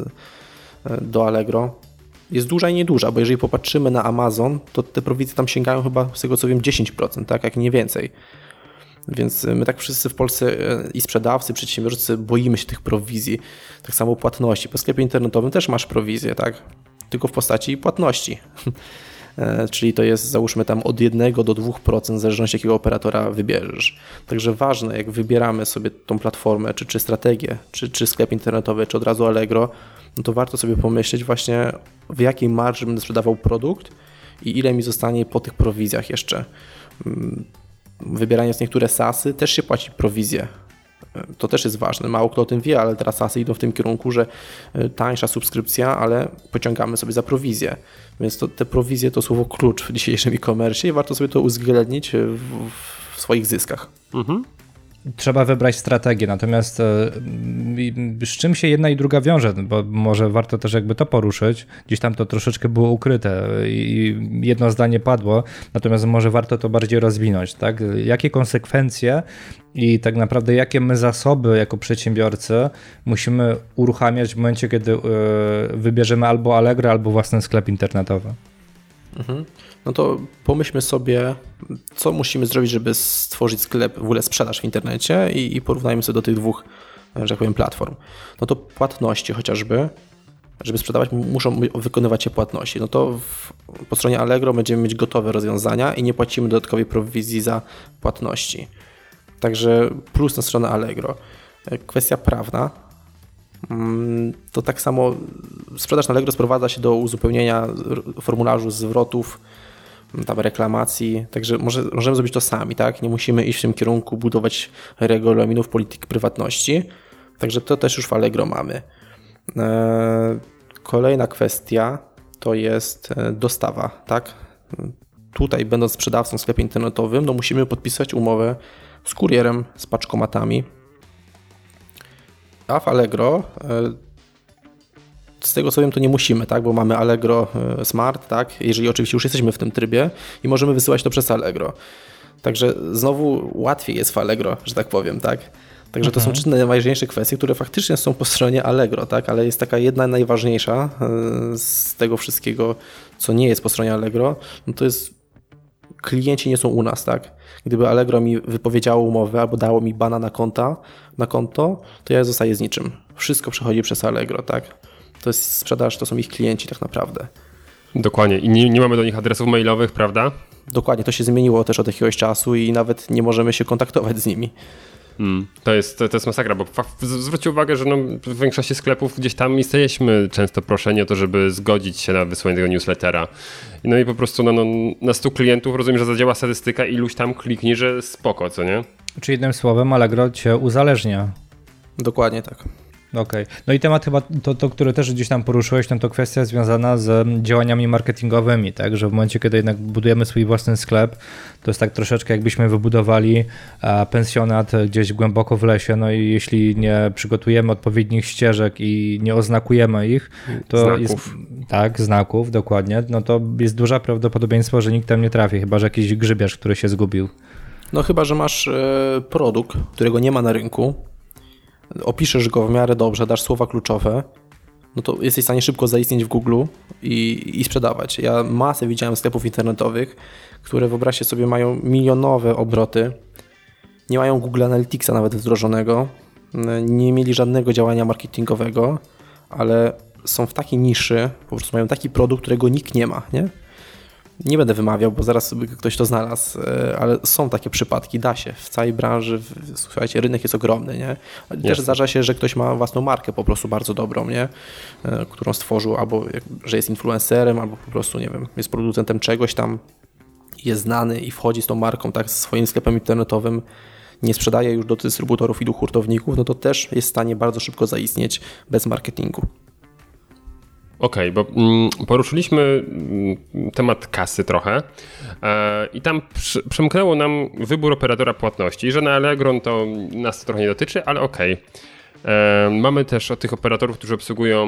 E: do Allegro jest duża i nieduża, bo jeżeli popatrzymy na Amazon, to te prowizje tam sięgają chyba, z tego co wiem, dziesięć procent, tak, jak nie więcej. Więc my tak wszyscy w Polsce i sprzedawcy, przedsiębiorcy boimy się tych prowizji. Tak samo płatności. Po sklepie internetowym też masz prowizję, tak, tylko w postaci płatności. Czyli to jest, załóżmy tam od jednego do dwóch procent w zależności jakiego operatora wybierzesz. Także ważne, jak wybieramy sobie tą platformę, czy, czy strategię, czy, czy sklep internetowy, czy od razu Allegro, no to warto sobie pomyśleć właśnie, w jakiej marży będę sprzedawał produkt i ile mi zostanie po tych prowizjach jeszcze. Wybierając niektóre sasy też się płaci prowizję. To też jest ważne. Mało kto o tym wie, ale teraz sasy idą w tym kierunku, że tańsza subskrypcja, ale pociągamy sobie za prowizję. Więc to, te prowizje to słowo klucz w dzisiejszym e-commerce i warto sobie to uwzględnić w, w swoich zyskach. Mhm.
C: Trzeba wybrać strategię, natomiast z czym się jedna i druga wiąże, bo może warto też jakby to poruszyć, gdzieś tam to troszeczkę było ukryte i jedno zdanie padło, natomiast może warto to bardziej rozwinąć, tak? Jakie konsekwencje i tak naprawdę jakie my zasoby jako przedsiębiorcy musimy uruchamiać w momencie, kiedy wybierzemy albo Allegro, albo własny sklep internetowy?
E: Mhm. No to pomyślmy sobie, co musimy zrobić, żeby stworzyć sklep, w ogóle sprzedaż w internecie i, i porównajmy sobie do tych dwóch, że tak powiem, platform. No to płatności chociażby, żeby sprzedawać, muszą wykonywać się płatności. No to w, po stronie Allegro będziemy mieć gotowe rozwiązania i nie płacimy dodatkowej prowizji za płatności. Także plus na stronę Allegro. Kwestia prawna. To tak samo sprzedaż na Allegro sprowadza się do uzupełnienia formularzu zwrotów, tam reklamacji, także może, możemy zrobić to sami, tak? Nie musimy iść w tym kierunku, budować regulaminów polityki prywatności, także to też już w Allegro mamy. Kolejna kwestia to jest dostawa, tak? Tutaj będąc sprzedawcą w sklepie internetowym, no musimy podpisać umowę z kurierem, z paczkomatami, a w Allegro z tego co wiem to nie musimy, tak, bo mamy Allegro Smart, tak, jeżeli oczywiście już jesteśmy w tym trybie i możemy wysyłać to przez Allegro. Także znowu łatwiej jest w Allegro, że tak powiem, tak. Także to mhm. są trzy najważniejsze kwestie, które faktycznie są po stronie Allegro, tak, ale jest taka jedna najważniejsza z tego wszystkiego, co nie jest po stronie Allegro, no to jest klienci nie są u nas, tak. Gdyby Allegro mi wypowiedziało umowę albo dało mi bana na konta, na konto, to ja zostaję z niczym. Wszystko przechodzi przez Allegro, tak. To jest sprzedaż, to są ich klienci tak naprawdę.
B: Dokładnie i nie, nie mamy do nich adresów mailowych, prawda?
E: Dokładnie, to się zmieniło też od jakiegoś czasu i nawet nie możemy się kontaktować z nimi.
B: Hmm, to, jest, to, to jest masakra, bo zwróćcie uwagę, że no, w większości sklepów gdzieś tam jesteśmy często proszeni o to, żeby zgodzić się na wysłanie tego newslettera. No i po prostu no, no, na stu klientów rozumiem, że zadziała statystyka, iluś tam kliknie, że spoko, co nie?
C: Czy jednym słowem Allegro cię uzależnia.
E: Dokładnie tak.
C: Okej. Okay. No i temat chyba, to, to, który też gdzieś tam poruszyłeś, no to kwestia związana z działaniami marketingowymi, tak, że w momencie, kiedy jednak budujemy swój własny sklep, to jest tak troszeczkę jakbyśmy wybudowali pensjonat gdzieś głęboko w lesie, no i jeśli nie przygotujemy odpowiednich ścieżek i nie oznakujemy ich, to
B: znaków.
C: jest, tak, znaków, dokładnie, no to jest duże prawdopodobieństwo, że nikt tam nie trafi, chyba że jakiś grzybiarz, który się zgubił.
E: No chyba, że masz produkt, którego nie ma na rynku, opiszesz go w miarę dobrze, dasz słowa kluczowe, no to jesteś w stanie szybko zaistnieć w Google i, i sprzedawać. Ja masę widziałem sklepów internetowych, które wyobraźcie sobie mają milionowe obroty, nie mają Google Analyticsa nawet wdrożonego, nie mieli żadnego działania marketingowego, ale są w takiej niszy, po prostu mają taki produkt, którego nikt nie ma, nie? Nie będę wymawiał, bo zaraz by ktoś to znalazł, ale są takie przypadki, da się. W całej branży, słuchajcie, rynek jest ogromny, nie? Też
B: Jasne.
E: Zdarza się, że ktoś ma własną markę po prostu bardzo dobrą, nie? Którą stworzył, albo że jest influencerem, albo po prostu, nie wiem, jest producentem czegoś tam, jest znany i wchodzi z tą marką, tak, ze swoim sklepem internetowym, nie sprzedaje już do dystrybutorów i do hurtowników, no to też jest w stanie bardzo szybko zaistnieć bez marketingu.
B: Okej, okay, bo mm, poruszyliśmy mm, temat kasy trochę e, i tam przy, przemknęło nam wybór operatora płatności, że na Allegro to nas to trochę nie dotyczy, ale okej. Okay. Mamy też od tych operatorów, którzy obsługują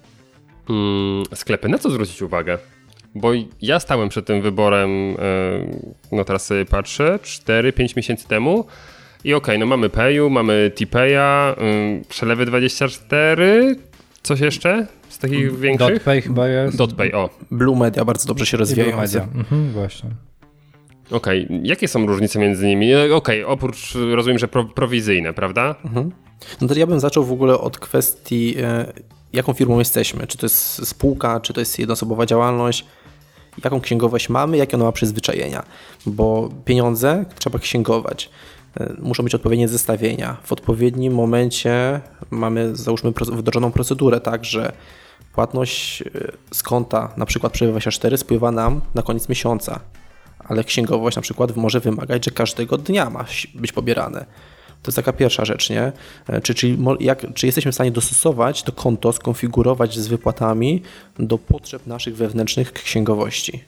B: mm, sklepy. Na co zwrócić uwagę? Bo ja stałem przed tym wyborem, e, no teraz sobie patrzę, cztery pięć miesięcy temu i okej, okay, no mamy Payu, mamy T-Paya, y, przelewy dwadzieścia cztery, coś jeszcze? Z takich większych?
C: DotPay chyba jest.
B: DotPay, o.
E: Blue Media bardzo dobrze się rozwijają.
C: Blue Media, mhm, właśnie.
B: Okej, okay. Jakie są różnice między nimi? Okej, okay. Oprócz, rozumiem, że pro, prowizyjne, prawda?
E: Mhm. No to ja bym zaczął w ogóle od kwestii, jaką firmą jesteśmy. Czy to jest spółka, czy to jest jednoosobowa działalność, jaką księgowość mamy, jakie ona ma przyzwyczajenia. Bo pieniądze trzeba księgować. Muszą być odpowiednie zestawienia. W odpowiednim momencie mamy, załóżmy, wdrożoną procedurę, tak, że płatność z konta, na przykład Przewyk dwadzieścia cztery, spływa nam na koniec miesiąca, ale księgowość na przykład może wymagać, że każdego dnia ma być pobierane. To jest taka pierwsza rzecz, nie? Czy, czy, jak, czy jesteśmy w stanie dostosować to konto, skonfigurować z wypłatami do potrzeb naszych wewnętrznych księgowości.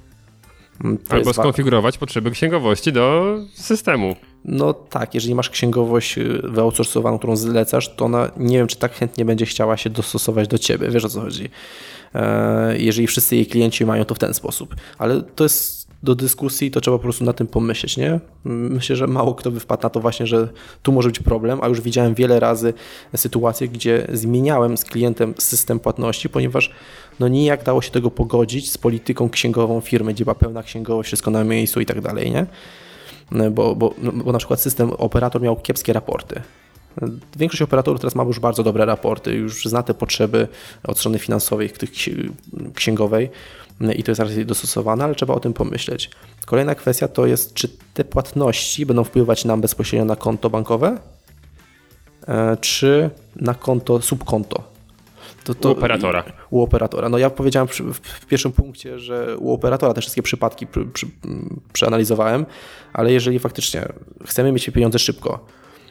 B: To Albo skonfigurować wa- potrzeby księgowości do systemu.
E: No tak, jeżeli masz księgowość wyoutsourcowaną, którą zlecasz, to ona nie wiem, czy tak chętnie będzie chciała się dostosować do ciebie, wiesz o co chodzi. Jeżeli wszyscy jej klienci mają to w ten sposób. Ale to jest do dyskusji, to trzeba po prostu na tym pomyśleć, nie? Myślę, że mało kto by wpadł na to właśnie, że tu może być problem, a już widziałem wiele razy sytuacje, gdzie zmieniałem z klientem system płatności, ponieważ no nijak dało się tego pogodzić z polityką księgową firmy, gdzie była pełna księgowość, wszystko na miejscu i tak dalej, nie? Bo, bo, bo na przykład system, operator miał kiepskie raporty. Większość operatorów teraz ma już bardzo dobre raporty, już zna te potrzeby od strony finansowej, tych księgowej i to jest raczej dostosowane, ale trzeba o tym pomyśleć. Kolejna kwestia to jest, czy te płatności będą wpływać nam bezpośrednio na konto bankowe, czy na konto, subkonto.
B: To, to, u operatora.
E: U operatora. No ja powiedziałem przy, w, w pierwszym punkcie, że u operatora te wszystkie przypadki przy, przy, przeanalizowałem, ale jeżeli faktycznie chcemy mieć pieniądze szybko,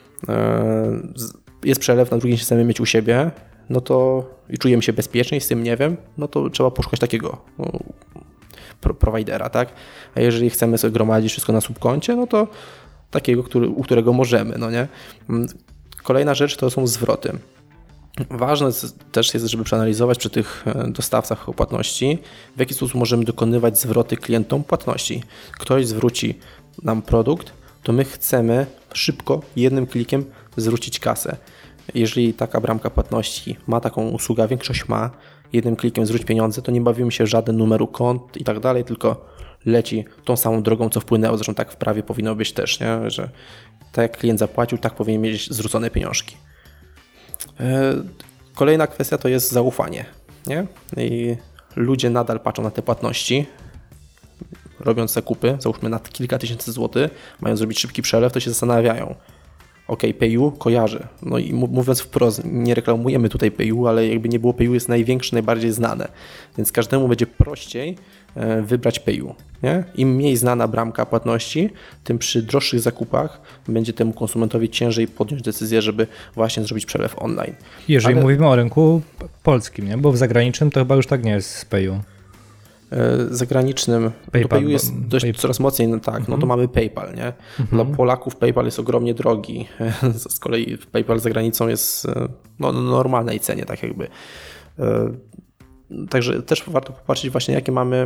E: jest przelew, na drugi dzień chcemy mieć u siebie, no to i czujemy się bezpiecznie, z tym nie wiem, no to trzeba poszukać takiego no, pro, prowajdera, tak? A jeżeli chcemy sobie gromadzić wszystko na subkoncie, no to takiego, który, u którego możemy, no nie? Kolejna rzecz to są zwroty. Ważne też jest, żeby przeanalizować przy tych dostawcach płatności, w jaki sposób możemy dokonywać zwroty klientom płatności. Ktoś zwróci nam produkt, to my chcemy szybko, jednym klikiem zwrócić kasę. Jeżeli taka bramka płatności ma taką usługę, a większość ma, jednym klikiem zwróć pieniądze, to nie bawimy się w żaden numeru kont i tak dalej, tylko leci tą samą drogą, co wpłynęło. Zresztą tak w prawie powinno być też, nie? Że tak jak klient zapłacił, tak powinien mieć zwrócone pieniążki. Kolejna kwestia to jest zaufanie, nie? I ludzie nadal patrzą na te płatności, robiąc zakupy, załóżmy na kilka tysięcy złotych, mają zrobić szybki przelew, to się zastanawiają. Ok, Payu kojarzy. No i mówiąc wprost, nie reklamujemy tutaj Payu, ale jakby nie było, Payu jest największe, najbardziej znane. Więc każdemu będzie prościej wybrać payu. Nie? Im mniej znana bramka płatności, tym przy droższych zakupach będzie temu konsumentowi ciężej podjąć decyzję, żeby właśnie zrobić przelew online.
C: Jeżeli
E: Ale...
C: mówimy o rynku polskim, nie? Bo w zagranicznym to chyba już tak nie jest z payu.
E: Zagranicznym
C: PayPal,
E: payu jest dość
C: PayPal.
E: coraz mocniej, no tak, no to
C: Mhm.
E: mamy PayPal, nie? Dla Polaków PayPal jest ogromnie drogi, z kolei PayPal za granicą jest no, normalnej cenie, tak jakby. Także też warto popatrzeć właśnie, jakie mamy,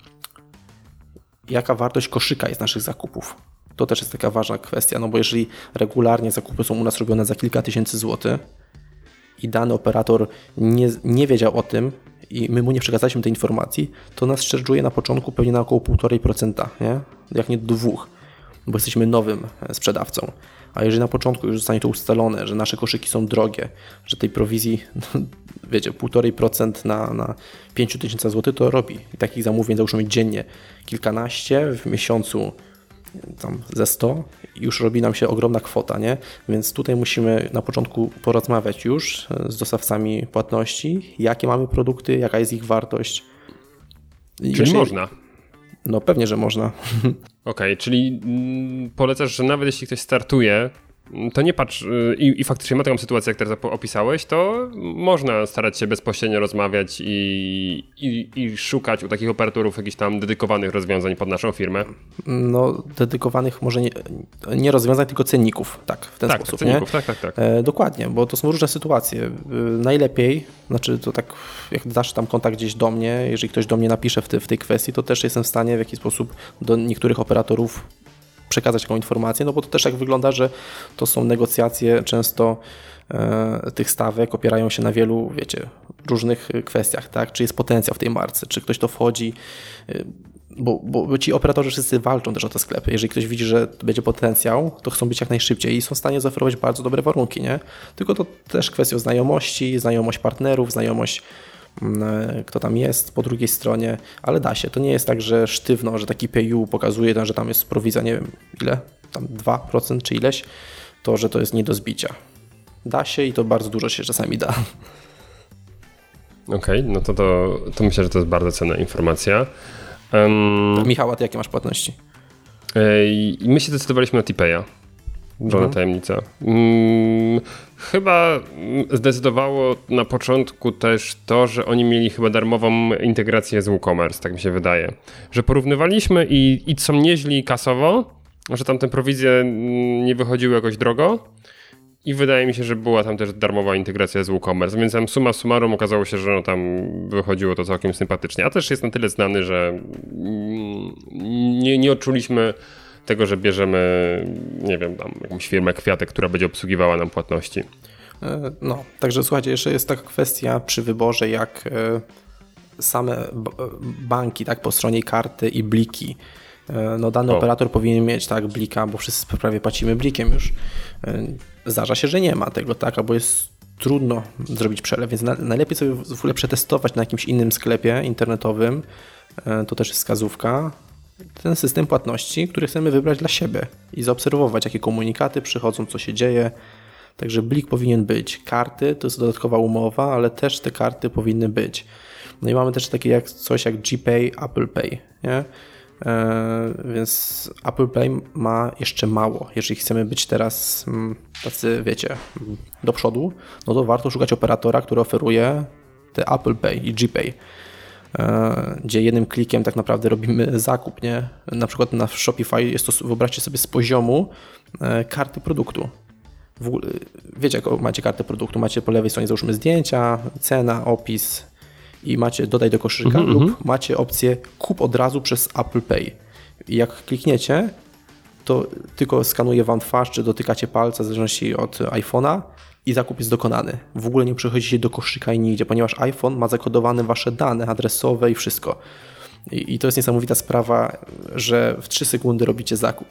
E: jaka wartość koszyka jest naszych zakupów. To też jest taka ważna kwestia, no bo jeżeli regularnie zakupy są u nas robione za kilka tysięcy złotych i dany operator nie, nie wiedział o tym i my mu nie przekazaliśmy tej informacji, to nas charge'uje na początku pewnie na około półtora procent, nie? Jak nie do dwóch, bo jesteśmy nowym sprzedawcą. A jeżeli na początku już zostanie to ustalone, że nasze koszyki są drogie, że tej prowizji, no, wiecie, półtora procent na, na pięć tysięcy złotych to robi. I takich zamówień załóżmy dziennie kilkanaście, w miesiącu tam ze sto i już robi nam się ogromna kwota, nie? Więc tutaj musimy na początku porozmawiać już z dostawcami płatności, jakie mamy produkty, jaka jest ich wartość.
B: Czyli
E: Jeżeli...
B: można.
E: No pewnie, że można.
B: Okej, okay, czyli mm, polecasz, że nawet jeśli ktoś startuje, to nie patrz yy, i, i faktycznie ma taką sytuację, jak teraz opisałeś, to można starać się bezpośrednio rozmawiać i, i, i szukać u takich operatorów jakichś tam dedykowanych rozwiązań pod naszą firmę.
E: No dedykowanych może nie, nie rozwiązań, tylko cenników, tak, w ten
B: tak,
E: sposób.
B: Tak, cenników,
E: nie?
B: tak, tak, tak.
E: E, dokładnie, bo to są różne sytuacje. E, najlepiej, znaczy to tak, jak dasz tam kontakt gdzieś do mnie, jeżeli ktoś do mnie napisze w, ty, w tej kwestii, to też jestem w stanie w jakiś sposób do niektórych operatorów przekazać taką informację, no bo to też tak wygląda, że to są negocjacje często e, tych stawek opierają się na wielu, wiecie, różnych kwestiach, tak? Czy jest potencjał w tej marce, czy ktoś to wchodzi, e, bo, bo ci operatorzy wszyscy walczą też o te sklepy. Jeżeli ktoś widzi, że będzie potencjał, to chcą być jak najszybciej i są w stanie zaoferować bardzo dobre warunki, nie? Tylko to też kwestia znajomości, znajomość partnerów, znajomość kto tam jest po drugiej stronie, ale da się. To nie jest tak, że sztywno, że taki payu pokazuje, że tam jest prowizja, nie wiem ile, tam dwa procent czy ileś, to, że to jest nie do zbicia. Da się i to bardzo dużo się czasami da.
B: Okej, okay, no to, to, to myślę, że to jest bardzo cenna informacja. Um,
E: Michał, a ty jakie masz płatności?
B: Ej, my się zdecydowaliśmy na T-Paya. Żadna mhm. tajemnica. Hmm, chyba zdecydowało na początku też to, że oni mieli chyba darmową integrację z WooCommerce, tak mi się wydaje. Że porównywaliśmy i, i są nieźli kasowo, że tam te prowizje nie wychodziły jakoś drogo i wydaje mi się, że była tam też darmowa integracja z WooCommerce, więc tam summa summarum okazało się, że no tam wychodziło to całkiem sympatycznie. A też jest na tyle znany, że nie, nie odczuliśmy tego, że bierzemy, nie wiem, tam jakąś firmę Kwiatek, która będzie obsługiwała nam płatności.
E: No, także słuchajcie, jeszcze jest taka kwestia przy wyborze, jak same banki, tak, po stronie karty i bliki. No, dany o. operator powinien mieć, tak, blika, bo wszyscy prawie płacimy blikiem już. Zdarza się, że nie ma tego, tak, albo jest trudno zrobić przelew, więc na, najlepiej sobie w ogóle przetestować na jakimś innym sklepie internetowym, to też jest wskazówka, ten system płatności, który chcemy wybrać dla siebie i zaobserwować, jakie komunikaty przychodzą, co się dzieje. Także blik powinien być. Karty to jest dodatkowa umowa, ale też te karty powinny być. No i mamy też takie jak coś jak GPay, Apple Pay, nie? E, więc Apple Pay ma jeszcze mało. Jeżeli chcemy być teraz m, tacy, wiecie, do przodu, no to warto szukać operatora, który oferuje te Apple Pay i GPay, gdzie jednym klikiem tak naprawdę robimy zakup, nie? Na przykład na Shopify jest to, wyobraźcie sobie, z poziomu karty produktu. W ogóle, wiecie, jak macie kartę produktu, macie po lewej stronie załóżmy zdjęcia, cena, opis i macie dodaj do koszyka mm-hmm. lub macie opcję kup od razu przez Apple Pay. I jak klikniecie, to tylko skanuje wam twarz, czy dotykacie palca, w zależności od iPhone'a, i zakup jest dokonany. W ogóle nie przechodzicie do koszyka i nigdzie, ponieważ iPhone ma zakodowane wasze dane adresowe i wszystko. I, i to jest niesamowita sprawa, że w trzy sekundy robicie zakup.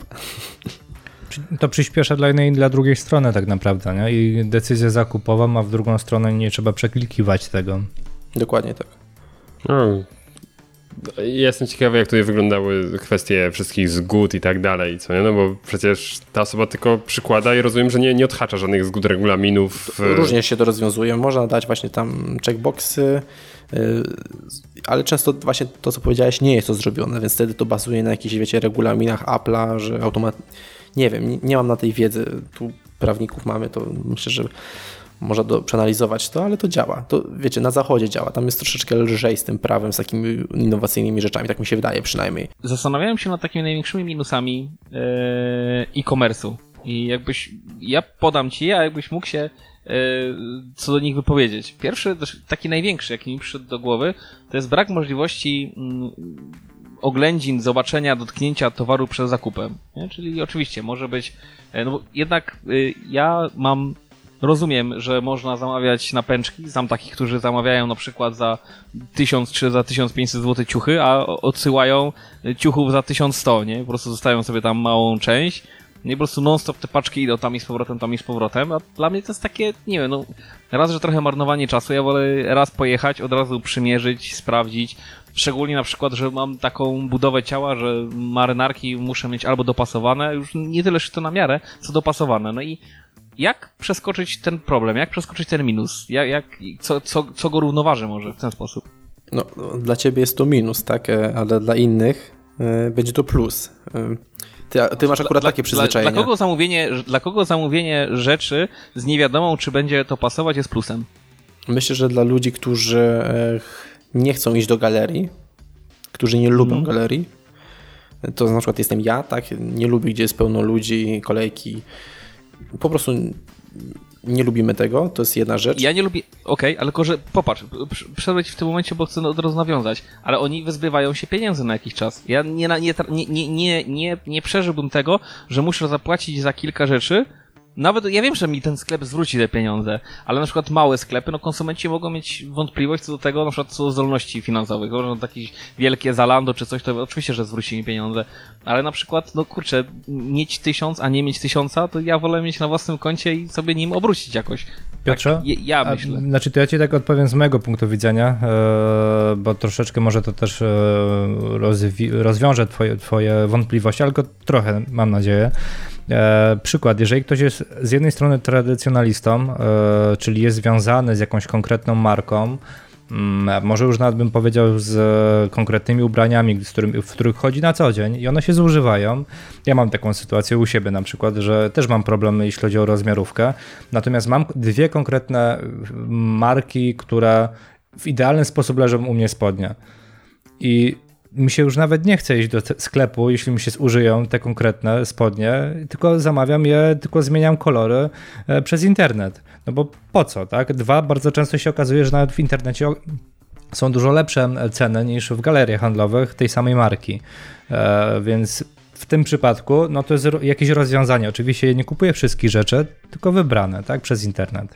C: To przyspiesza dla jednej i dla drugiej strony tak naprawdę, nie? I decyzja zakupowa ma w drugą stronę, nie trzeba przeklikiwać tego.
E: Dokładnie tak.
B: Hmm. Ja jestem ciekawy, jak tutaj wyglądały kwestie wszystkich zgód i tak dalej, co nie? No bo przecież ta osoba tylko przykłada i rozumiem, że nie, nie odhacza żadnych zgód regulaminów.
E: Różnie się to rozwiązuje. Można dać właśnie tam checkboxy, ale często właśnie to, co powiedziałeś, nie jest to zrobione, więc wtedy to bazuje na jakichś, wiecie, regulaminach Apple'a, że automat... Nie wiem, nie, nie mam na tej wiedzy, tu prawników mamy, to myślę, że można do, przeanalizować to, ale to działa. To wiecie, na zachodzie działa. Tam jest troszeczkę lżej z tym prawem, z takimi innowacyjnymi rzeczami, tak mi się wydaje przynajmniej.
D: Zastanawiałem się nad takimi największymi minusami yy, e-commerce'u. I jakbyś, ja podam ci, a jakbyś mógł się yy, co do nich wypowiedzieć. Pierwszy, taki największy, jaki mi przyszedł do głowy, to jest brak możliwości yy, oględzin, zobaczenia, dotknięcia towaru przed zakupem. Nie? Czyli oczywiście może być, no bo jednak yy, ja mam rozumiem, że można zamawiać na pęczki. Znam takich, którzy zamawiają na przykład za tysiąc czy za tysiąc pięćset złotych ciuchy, a odsyłają ciuchów za tysiąc sto, nie? Po prostu zostawią sobie tam małą część. No i po prostu non-stop te paczki idą tam i z powrotem, tam i z powrotem. A dla mnie to jest takie, nie wiem, no raz, że trochę marnowanie czasu. Ja wolę raz pojechać, od razu przymierzyć, sprawdzić. Szczególnie na przykład, że mam taką budowę ciała, że marynarki muszę mieć albo dopasowane, już nie tyle czy to na miarę, co dopasowane. No i jak przeskoczyć ten problem? Jak przeskoczyć ten minus? Jak, jak, co, co, co go równoważy może w ten sposób?
E: No, dla ciebie jest to minus, tak? Ale dla innych y, będzie to plus. Y, ty, ty masz akurat
D: dla,
E: takie przyzwyczajenia.
D: Dla, dla, kogo zamówienie, dla kogo zamówienie rzeczy z niewiadomą, czy będzie to pasować, jest plusem?
E: Myślę, że dla ludzi, którzy nie chcą iść do galerii, którzy nie lubią mm. galerii, to na przykład jestem ja, tak? Nie lubię, gdzie jest pełno ludzi, kolejki. Po prostu nie lubimy tego, to jest jedna rzecz.
D: Ja nie lubię, okej, okay, ale tylko, że popatrz, przerwę ci w tym momencie, bo chcę od razu nawiązać, ale oni wyzbywają się pieniędzy na jakiś czas. Ja nie, nie, nie, nie, nie, nie przeżyłbym tego, że muszę zapłacić za kilka rzeczy. Nawet ja wiem, że mi ten sklep zwróci te pieniądze, ale na przykład małe sklepy, no konsumenci mogą mieć wątpliwość co do tego, na przykład co do zdolności finansowych. Może jakieś wielkie Zalando czy coś, to oczywiście, że zwróci mi pieniądze, ale na przykład, no kurczę, mieć tysiąc, a nie mieć tysiąca, to ja wolę mieć na własnym koncie i sobie nim obrócić jakoś.
C: Piotrze?
D: Tak, ja myślę.
C: A, znaczy to ja ci tak odpowiem z mojego punktu widzenia, yy, bo troszeczkę może to też yy, rozwi- rozwiąże twoje, twoje wątpliwości, ale tylko trochę, mam nadzieję. E, przykład, jeżeli ktoś jest z jednej strony tradycjonalistą, e, czyli jest związany z jakąś konkretną marką, m, może już nawet bym powiedział z konkretnymi ubraniami, z którym, w których chodzi na co dzień i one się zużywają. Ja mam taką sytuację u siebie na przykład, że też mam problemy, jeśli chodzi o rozmiarówkę, natomiast mam dwie konkretne marki, które w idealny sposób leżą u mnie spodnie. I mi się już nawet nie chce iść do sklepu, jeśli mi się zużyją te konkretne spodnie, tylko zamawiam je, tylko zmieniam kolory przez internet. No bo po co, tak? Dwa, bardzo często się okazuje, że nawet w internecie są dużo lepsze ceny niż w galeriach handlowych tej samej marki. Więc w tym przypadku no to jest jakieś rozwiązanie. Oczywiście nie kupuję wszystkich rzeczy, tylko wybrane, tak? Przez internet.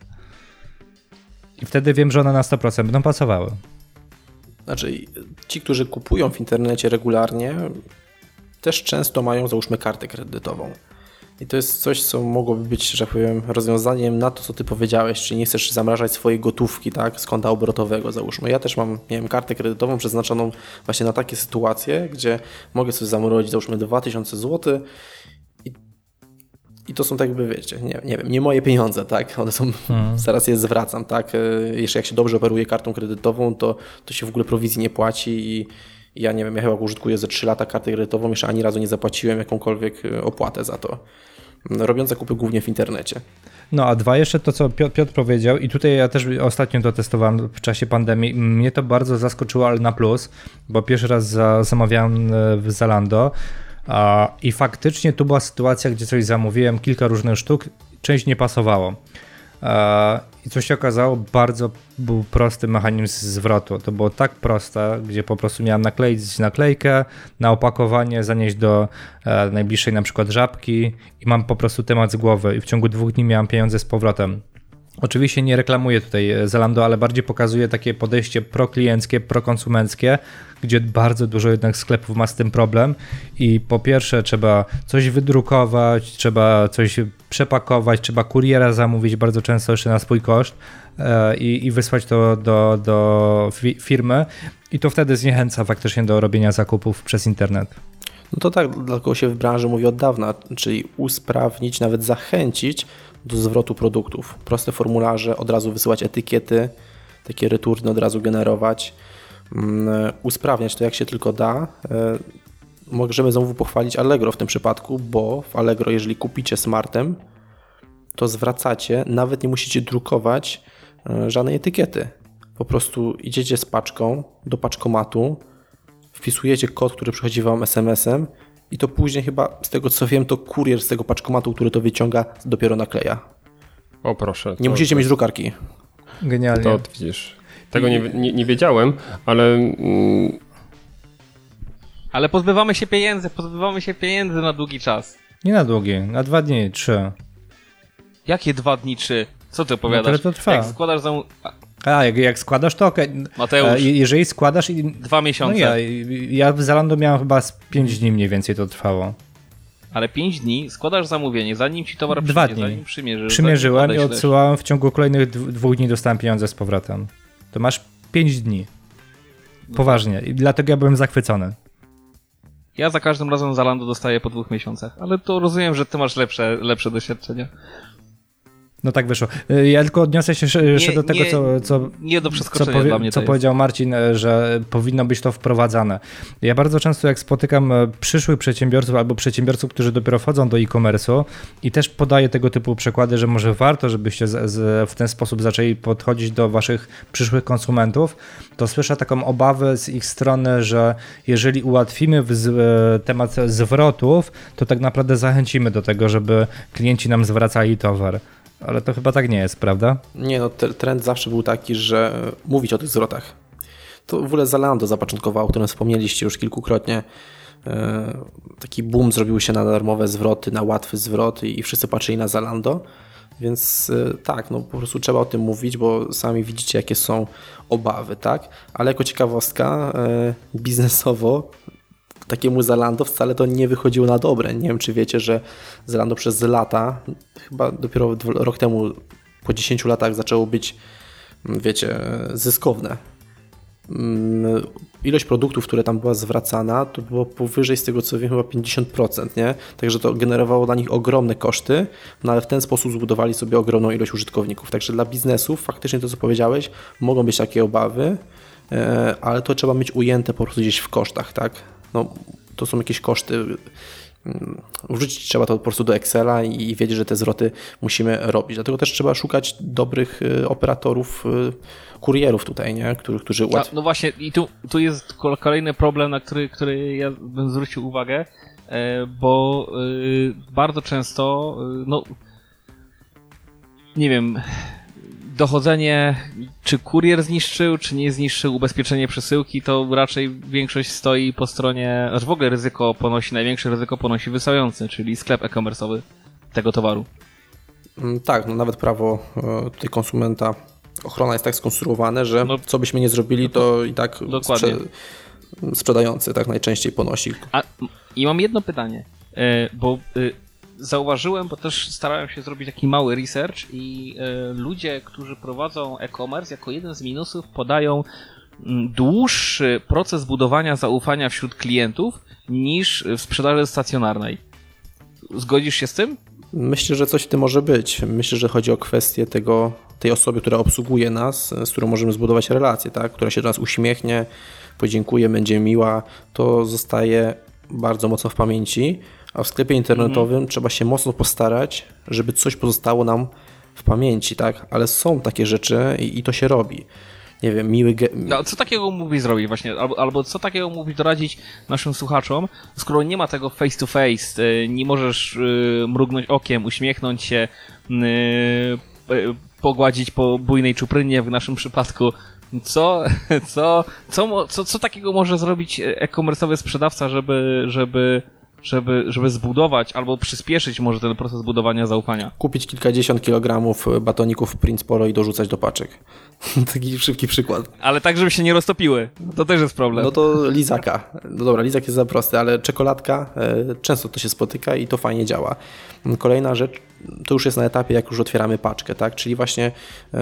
C: I wtedy wiem, że one na sto procent będą pasowały.
E: Znaczy, ci, którzy kupują w internecie regularnie, też często mają, załóżmy, kartę kredytową. I to jest coś, co mogłoby być, że tak powiem, rozwiązaniem na to, co ty powiedziałeś, czyli nie chcesz zamrażać swojej gotówki, tak, z konta obrotowego, załóżmy. Ja też mam, miałem kartę kredytową przeznaczoną właśnie na takie sytuacje, gdzie mogę sobie zamrozić, załóżmy, dwa tysiące złotych i, i to są tak jakby, wiecie, nie, nie wiem, nie moje pieniądze, tak, one są, hmm. zaraz je zwracam, tak, jeszcze jak się dobrze operuje kartą kredytową, to, to się w ogóle prowizji nie płaci i ja nie wiem, ja chyba użytkuję ze trzy lata kartę kredytową, jeszcze ani razu nie zapłaciłem jakąkolwiek opłatę za to, robiąc zakupy głównie w internecie.
C: No a dwa jeszcze to, co Piotr powiedział i tutaj ja też ostatnio to testowałem w czasie pandemii, mnie to bardzo zaskoczyło, ale na plus, bo pierwszy raz za, zamawiałem w Zalando a, i faktycznie tu była sytuacja, gdzie coś zamówiłem, kilka różnych sztuk, część nie pasowało. I co się okazało, bardzo był prosty mechanizm zwrotu. To było tak proste, gdzie po prostu miałem nakleić naklejkę, na opakowanie zanieść do e, najbliższej na przykład Żabki i mam po prostu temat z głowy i w ciągu dwóch dni miałem pieniądze z powrotem. Oczywiście nie reklamuję tutaj Zalando, ale bardziej pokazuję takie podejście proklienckie, prokonsumenckie, gdzie bardzo dużo jednak sklepów ma z tym problem i po pierwsze trzeba coś wydrukować, trzeba coś przepakować, trzeba kuriera zamówić bardzo często jeszcze na swój koszt i, i wysłać to do, do firmy i to wtedy zniechęca faktycznie do robienia zakupów przez internet.
E: No to tak, dlatego się w branży mówi od dawna, czyli usprawnić, nawet zachęcić do zwrotu produktów. Proste formularze, od razu wysyłać etykiety, takie returny od razu generować, usprawniać to jak się tylko da. Możemy znowu pochwalić Allegro w tym przypadku, bo w Allegro, jeżeli kupicie smartem, to zwracacie, nawet nie musicie drukować żadnej etykiety. Po prostu idziecie z paczką do paczkomatu, wpisujecie kod, który przychodzi wam es em esem i to później chyba, z tego co wiem, to kurier z tego paczkomatu, który to wyciąga, dopiero nakleja.
B: O proszę.
E: Nie musicie to... mieć drukarki.
C: Genialnie.
B: To widzisz. Tego nie, nie, nie wiedziałem, ale... Mm...
D: Ale pozbywamy się pieniędzy, pozbywamy się pieniędzy na długi czas.
C: Nie na długi, na dwa dni, trzy.
D: Jakie dwa dni, trzy? Co ty opowiadasz?
C: No, to trwa.
D: Jak składasz za...
C: A, jak, jak składasz, to okej. Okay.
D: Mateusz.
C: Jeżeli składasz... I...
D: Dwa miesiące.
C: No ja, ja w Zalando miałem chyba z pięć dni mniej więcej to trwało.
D: Ale pięć dni, składasz zamówienie, zanim ci towar
C: Dwa
D: przyjdzie,
C: dni.
D: zanim przymierzysz.
C: Przymierzyłem
D: zanim
C: i odsyłałem, w ciągu kolejnych dwóch dni dostałem pieniądze z powrotem. To masz pięć dni. Poważnie. I dlatego ja byłem zachwycony.
D: Ja za każdym razem Zalando dostaję po dwóch miesiącach, ale to rozumiem, że ty masz lepsze, lepsze doświadczenia.
C: No tak wyszło. Ja tylko odniosę się jeszcze
D: nie,
C: do tego,
D: nie,
C: co, co,
D: nie do przeskoczenia
C: co, powie,
D: dla mnie
C: co powiedział Marcin, że powinno być to wprowadzane. Ja bardzo często jak spotykam przyszłych przedsiębiorców albo przedsiębiorców, którzy dopiero wchodzą do e-commerce'u i też podaję tego typu przykłady, że może warto, żebyście z, z, w ten sposób zaczęli podchodzić do waszych przyszłych konsumentów, to słyszę taką obawę z ich strony, że jeżeli ułatwimy z, temat zwrotów, to tak naprawdę zachęcimy do tego, żeby klienci nam zwracali towar. Ale to chyba tak nie jest, prawda?
E: Nie, no trend zawsze był taki, że mówić o tych zwrotach. To w ogóle Zalando zapoczątkowało, o którym wspomnieliście już kilkukrotnie. Taki boom zrobił się na darmowe zwroty, na łatwy zwrot i wszyscy patrzyli na Zalando. Więc tak, no po prostu trzeba o tym mówić, bo sami widzicie, jakie są obawy, tak? Ale jako ciekawostka, biznesowo takiemu Zalando wcale to nie wychodziło na dobre. Nie wiem, czy wiecie, że Zalando przez lata, chyba dopiero rok temu, po dziesięciu latach zaczęło być, wiecie, zyskowne. Ilość produktów, które tam była zwracana, to było powyżej, z tego co wiem, chyba pięćdziesiąt procent, nie? Także to generowało dla nich ogromne koszty, no ale w ten sposób zbudowali sobie ogromną ilość użytkowników. Także dla biznesów faktycznie to, co powiedziałeś, mogą być takie obawy, ale to trzeba mieć ujęte po prostu gdzieś w kosztach, tak? No, to są jakieś koszty. Wrzucić trzeba to po prostu do Excela i wiedzieć, że te zwroty musimy robić. Dlatego też trzeba szukać dobrych operatorów, kurierów tutaj, nie? Których, którzy łatwiej...
D: No właśnie, i tu, tu jest kolejny problem, na który, który ja bym zwrócił uwagę, bo bardzo często, no nie wiem, dochodzenie, czy kurier zniszczył, czy nie zniszczył ubezpieczenie przesyłki, to raczej większość stoi po stronie, znaczy w ogóle ryzyko ponosi, największe ryzyko ponosi wysyłający, czyli sklep e-commerce'owy tego towaru.
E: Tak, no nawet prawo tutaj konsumenta, ochrona jest tak skonstruowane, że no, co byśmy nie zrobili, to i tak sprze- sprzedający tak najczęściej ponosi.
D: A, i mam jedno pytanie, bo zauważyłem, bo też starałem się zrobić taki mały research i y, ludzie, którzy prowadzą e-commerce, jako jeden z minusów podają y, dłuższy proces budowania zaufania wśród klientów niż w sprzedaży stacjonarnej. Zgodzisz się z tym?
E: Myślę, że coś w tym może być. Myślę, że chodzi o kwestię tego, tej osoby, która obsługuje nas, z którą możemy zbudować relację, tak? Która się do nas uśmiechnie, podziękuje, będzie miła. To zostaje bardzo mocno w pamięci. A w sklepie internetowym mm. trzeba się mocno postarać, żeby coś pozostało nam w pamięci, tak? Ale są takie rzeczy i, i to się robi. Nie wiem, miły... Ge-
D: no, co takiego mówi zrobić właśnie? Albo, albo co takiego mówi doradzić naszym słuchaczom, skoro nie ma tego face to face, nie możesz yy, mrugnąć okiem, uśmiechnąć się, yy, yy, pogładzić po bujnej czuprynie w naszym przypadku. Co, co, co, co, co takiego może zrobić e-commerce'owy sprzedawca, żeby, żeby Żeby, żeby zbudować albo przyspieszyć może ten proces budowania zaufania?
E: Kupić kilkadziesiąt kilogramów batoników Prince Polo i dorzucać do paczek. Taki szybki przykład.
D: Ale tak, żeby się nie roztopiły. To też jest problem.
E: No to lizaka. No dobra, lizak jest za prosty, ale czekoladka, e, często to się spotyka i to fajnie działa. Kolejna rzecz, to już jest na etapie, jak już otwieramy paczkę, tak? Czyli właśnie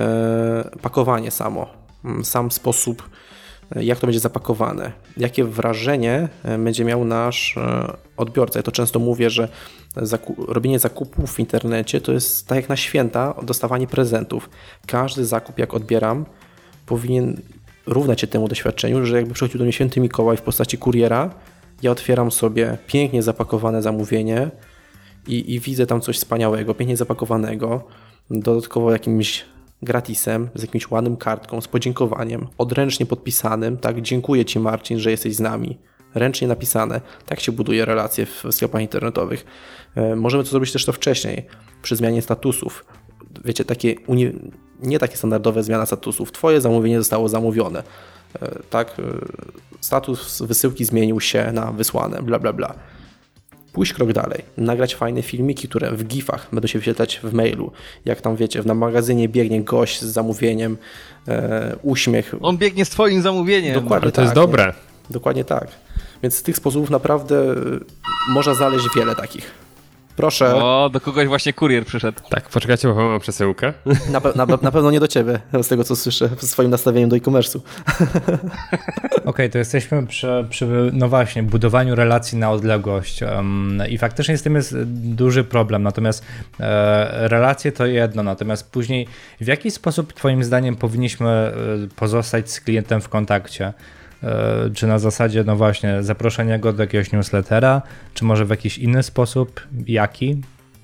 E: e, pakowanie samo. Sam sposób, jak to będzie zapakowane, jakie wrażenie będzie miał nasz odbiorca. Ja to często mówię, że zaku- robienie zakupów w internecie to jest tak jak na święta dostawanie prezentów. Każdy zakup, jak odbieram, powinien równać się temu doświadczeniu, że jakby przychodził do mnie święty Mikołaj w postaci kuriera, ja otwieram sobie pięknie zapakowane zamówienie i, i widzę tam coś wspaniałego, pięknie zapakowanego, dodatkowo jakimś gratisem, z jakimś ładnym kartką, z podziękowaniem, odręcznie podpisanym, tak, dziękuję Ci Marcin, że jesteś z nami. Ręcznie napisane. Tak się buduje relacje w sklepach internetowych. Możemy to zrobić też to wcześniej, przy zmianie statusów. Wiecie, takie uni... nie takie standardowe zmiana statusów. Twoje zamówienie zostało zamówione. Tak, status wysyłki zmienił się na wysłane, bla, bla, bla. Pójść krok dalej, nagrać fajne filmiki, które w gifach będą się wyświetlać w mailu. Jak tam wiecie, na magazynie biegnie gość z zamówieniem, e, uśmiech.
D: On biegnie z twoim zamówieniem.
E: Dokładnie.
B: Ale to
E: tak,
B: jest dobre.
E: Nie? Dokładnie tak. Więc z tych sposobów naprawdę można znaleźć wiele takich. Proszę.
D: O, do kogoś właśnie kurier przyszedł.
B: Tak, poczekajcie, bo mam przesyłkę.
E: Na, pe- na, na pewno nie do ciebie, z tego co słyszę, w swoim nastawieniem do e-commerce'u.
C: Okej, okay, to jesteśmy przy, przy, no właśnie, budowaniu relacji na odległość um, i faktycznie z tym jest duży problem, natomiast e, relacje to jedno, natomiast później w jaki sposób twoim zdaniem powinniśmy e, pozostać z klientem w kontakcie? E, czy na zasadzie, no właśnie, zaproszenia go do jakiegoś newslettera, czy może w jakiś inny sposób? Jaki?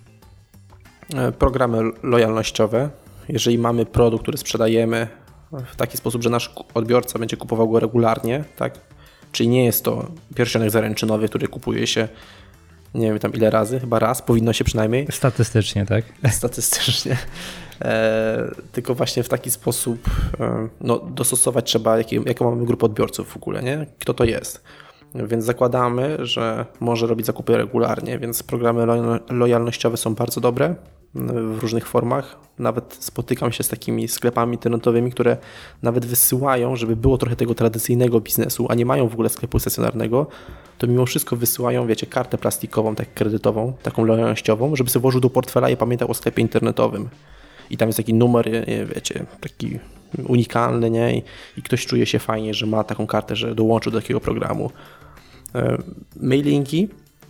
E: Programy lojalnościowe. Jeżeli mamy produkt, który sprzedajemy w taki sposób, że nasz odbiorca będzie kupował go regularnie, tak? Czyli nie jest to pierścionek zaręczynowy, który kupuje się nie wiem tam ile razy, chyba raz, powinno się przynajmniej.
C: Statystycznie, tak?
E: Statystycznie. E, tylko właśnie w taki sposób e, no, dostosować trzeba, jakie, jaką mamy grupę odbiorców w ogóle, nie? Kto to jest. Więc zakładamy, że może robić zakupy regularnie, więc programy lojalnościowe są bardzo dobre w różnych formach. Nawet spotykam się z takimi sklepami internetowymi, które nawet wysyłają, żeby było trochę tego tradycyjnego biznesu, a nie mają w ogóle sklepu stacjonarnego, to mimo wszystko wysyłają, wiecie, kartę plastikową, tak kredytową, taką lojalnościową, żeby sobie włożył do portfela i pamiętał o sklepie internetowym. I tam jest taki numer, wiecie, taki unikalny, nie? I, i ktoś czuje się fajnie, że ma taką kartę, że dołączył do takiego programu. Mailingi,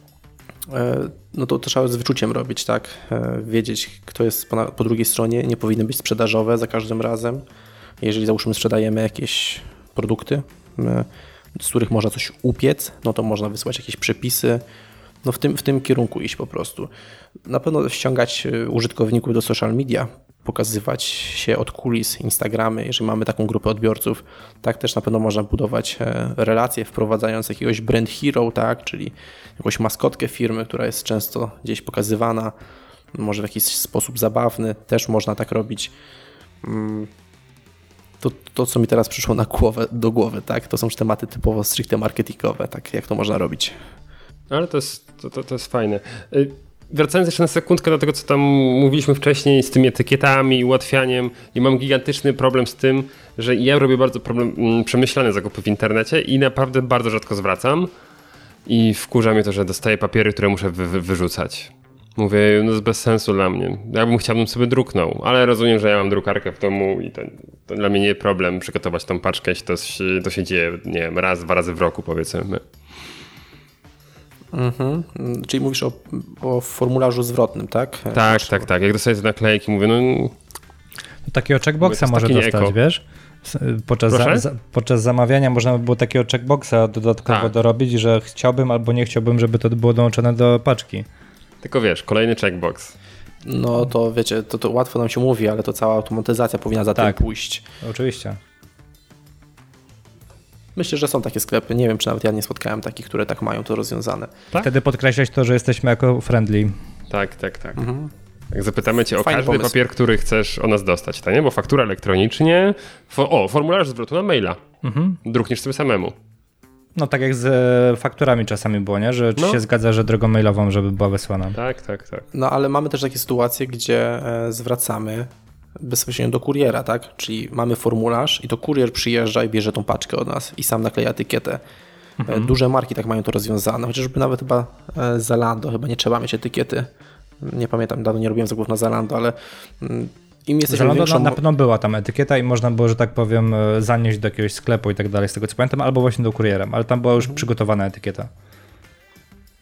E: no to, to trzeba z wyczuciem robić, tak? Wiedzieć, kto jest po, po drugiej stronie, nie powinny być sprzedażowe za każdym razem. Jeżeli załóżmy sprzedajemy jakieś produkty, z których można coś upiec, no to można wysłać jakieś przepisy, no w tym, w tym kierunku iść po prostu. Na pewno ściągać użytkowników do social media, pokazywać się od kulis, Instagramy, jeżeli mamy taką grupę odbiorców. Tak też na pewno można budować relacje, wprowadzając jakiegoś brand hero, tak, czyli jakąś maskotkę firmy, która jest często gdzieś pokazywana, może w jakiś sposób zabawny, też można tak robić. To, to co mi teraz przyszło na głowę, do głowy, tak, to są już tematy typowo stricte marketingowe, tak, jak to można robić.
B: Ale to jest, to, to, to jest fajne. Wracając jeszcze na sekundkę do tego, co tam mówiliśmy wcześniej z tymi etykietami i ułatwianiem, i mam gigantyczny problem z tym, że ja robię bardzo problem, przemyślane zakupy w internecie i naprawdę bardzo rzadko zwracam i wkurza mnie to, że dostaję papiery, które muszę wy, wy, wyrzucać. Mówię, no to jest bez sensu dla mnie. Ja bym chciałbym sobie druknął, ale rozumiem, że ja mam drukarkę w domu i to, to dla mnie nie jest problem przygotować tą paczkę, jeśli to, to się dzieje, nie wiem, raz, dwa razy w roku, powiedzmy.
E: Mhm. Czyli mówisz o, o formularzu zwrotnym, tak?
B: Tak, Masz... tak, tak. Jak dostaję te naklejki, mówię, no...
C: no takiego checkboxa może dostać, eko. Wiesz? Podczas, za, podczas zamawiania można by było takiego checkboxa dodatkowo tak. dorobić, że chciałbym albo nie chciałbym, żeby to było dołączone do paczki.
B: Tylko wiesz, kolejny checkbox.
E: No to wiecie, to, to łatwo nam się mówi, ale to cała automatyzacja powinna za
C: tak.
E: tym pójść.
C: Oczywiście.
E: Myślę, że są takie sklepy. Nie wiem, czy nawet ja nie spotkałem takich, które tak mają to rozwiązane.
C: Tak? Wtedy podkreślać to, że jesteśmy jako friendly.
B: Tak, tak, tak. Mhm. Jak zapytamy cię o
E: Fajny
B: każdy
E: pomysł.
B: papier, który chcesz o nas dostać, to nie? Bo faktura elektronicznie, fo- o, formularz zwrotu na maila. Mhm. Drukniesz sobie samemu.
C: No tak jak z fakturami czasami było, nie? Że czy no. się zgadza, że drogą mailową, żeby była wysłana.
B: Tak, tak, tak.
E: No ale mamy też takie sytuacje, gdzie e, zwracamy bezpośrednio do kuriera, tak? Czyli mamy formularz i to kurier przyjeżdża i bierze tą paczkę od nas i sam nakleja etykietę. Mhm. Duże marki tak mają to rozwiązane, chociażby nawet chyba Zalando, chyba nie trzeba mieć etykiety. Nie pamiętam, dawno nie robiłem zakupów na Zalando, ale im jesteśmy
C: Zalando
E: większą...
C: na pewno była tam etykieta i można było, że tak powiem, zanieść do jakiegoś sklepu i tak dalej, z tego co pamiętam, albo właśnie do kuriera, ale tam była już mhm. przygotowana etykieta.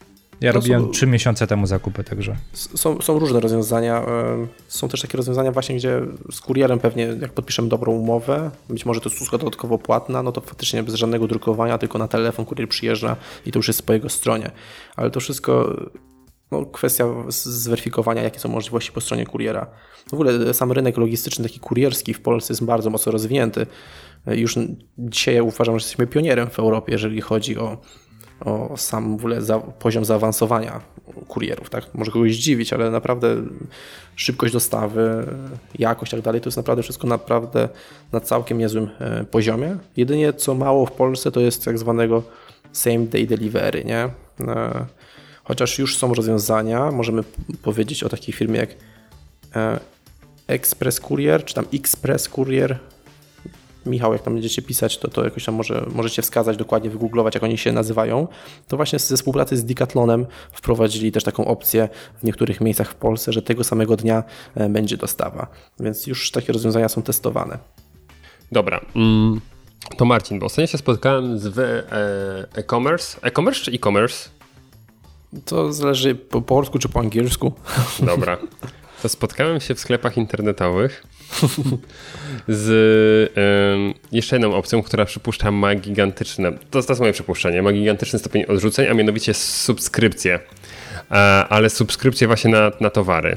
C: Ja
E: no
C: robiłem
E: są,
C: trzy miesiące temu zakupy, także.
E: Są, są różne rozwiązania. Są też takie rozwiązania właśnie, gdzie z kurierem pewnie jak podpiszemy dobrą umowę, być może to jest usługa dodatkowo płatna, no to faktycznie bez żadnego drukowania, tylko na telefon kurier przyjeżdża i to już jest po jego stronie. Ale to wszystko no, kwestia zweryfikowania, jakie są możliwości po stronie kuriera. W ogóle sam rynek logistyczny, taki kurierski w Polsce jest bardzo mocno rozwinięty. Już dzisiaj ja uważam, że jesteśmy pionierem w Europie, jeżeli chodzi o o sam w ogóle za, poziom zaawansowania kurierów, tak? Może kogoś zdziwić, ale naprawdę szybkość dostawy, jakość i tak dalej, to jest naprawdę wszystko naprawdę na całkiem niezłym poziomie. Jedynie co mało w Polsce to jest tak zwanego same day delivery, nie? Chociaż już są rozwiązania, możemy powiedzieć o takiej firmie jak Express Courier, czy tam Express Courier. Michał, jak tam będziecie pisać, to, to jakoś tam może, możecie wskazać, dokładnie wygooglować, jak oni się nazywają. To właśnie ze współpracy z Decathlonem wprowadzili też taką opcję w niektórych miejscach w Polsce, że tego samego dnia będzie dostawa. Więc już takie rozwiązania są testowane.
B: Dobra. Mm, to Marcin, bo ostatnio się spotkałem z e-commerce. E-commerce czy e-commerce?
E: To zależy po polsku czy po angielsku.
B: Dobra. To spotkałem się w sklepach internetowych z um, jeszcze jedną opcją, która przypuszcza ma gigantyczne, to, to jest moje przypuszczenie, ma gigantyczny stopień odrzuceń, a mianowicie subskrypcje, a, ale subskrypcje właśnie na, na towary.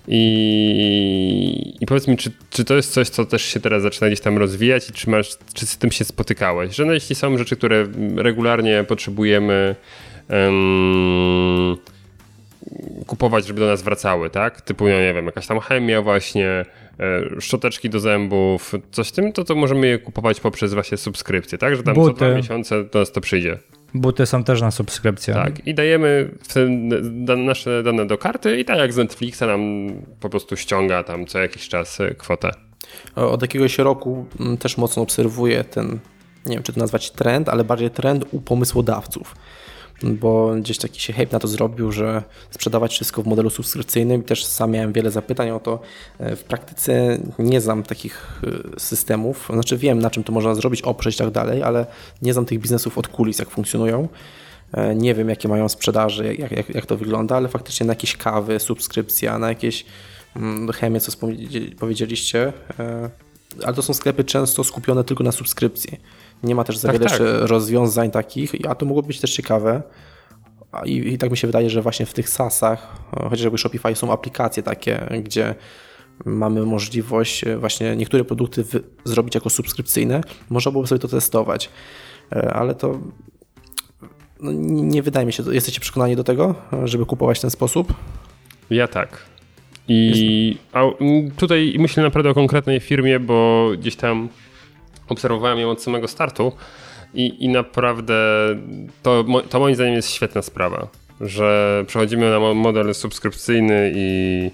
B: I, i powiedz mi, czy, czy to jest coś, co też się teraz zaczyna gdzieś tam rozwijać i czy, masz, czy z tym się spotykałeś? Że no, jeśli są rzeczy, które regularnie potrzebujemy um, kupować, żeby do nas wracały, tak? Typu, no nie wiem, jakaś tam chemia właśnie, e, szczoteczki do zębów, coś w tym, to, to możemy je kupować poprzez właśnie subskrypcję, tak? Że tam Buty. co dwa miesiące do nas to przyjdzie.
C: Buty są też na subskrypcję.
B: Tak, i dajemy w ten, da, nasze dane do karty i tak jak z Netflixa nam po prostu ściąga tam co jakiś czas kwotę.
E: Od jakiegoś roku też mocno obserwuję ten, nie wiem czy to nazwać trend, ale bardziej trend u pomysłodawców. Bo gdzieś taki się hype na to zrobił, że sprzedawać wszystko w modelu subskrypcyjnym i też sam miałem wiele zapytań o to. W praktyce nie znam takich systemów, znaczy wiem na czym to można zrobić, oprzeć i tak dalej, ale nie znam tych biznesów od kulis, jak funkcjonują. Nie wiem jakie mają sprzedaży, jak, jak, jak to wygląda, ale faktycznie na jakieś kawy, subskrypcja, na jakieś chemię, co powiedzieliście, ale to są sklepy często skupione tylko na subskrypcji. Nie ma też za tak, wiele tak. rozwiązań takich, a to mogło być też ciekawe. I, I tak mi się wydaje, że właśnie w tych sasach, chociażby Shopify, są aplikacje takie, gdzie mamy możliwość właśnie niektóre produkty wy- zrobić jako subskrypcyjne. Można byłoby sobie to testować, ale to no, nie wydaje mi się. Jesteście przekonani do tego, żeby kupować w ten sposób?
B: Ja tak. I a, tutaj myślę naprawdę o konkretnej firmie, bo gdzieś tam obserwowałem ją od samego startu i, i naprawdę to, to moim zdaniem jest świetna sprawa, że przechodzimy na model subskrypcyjny i,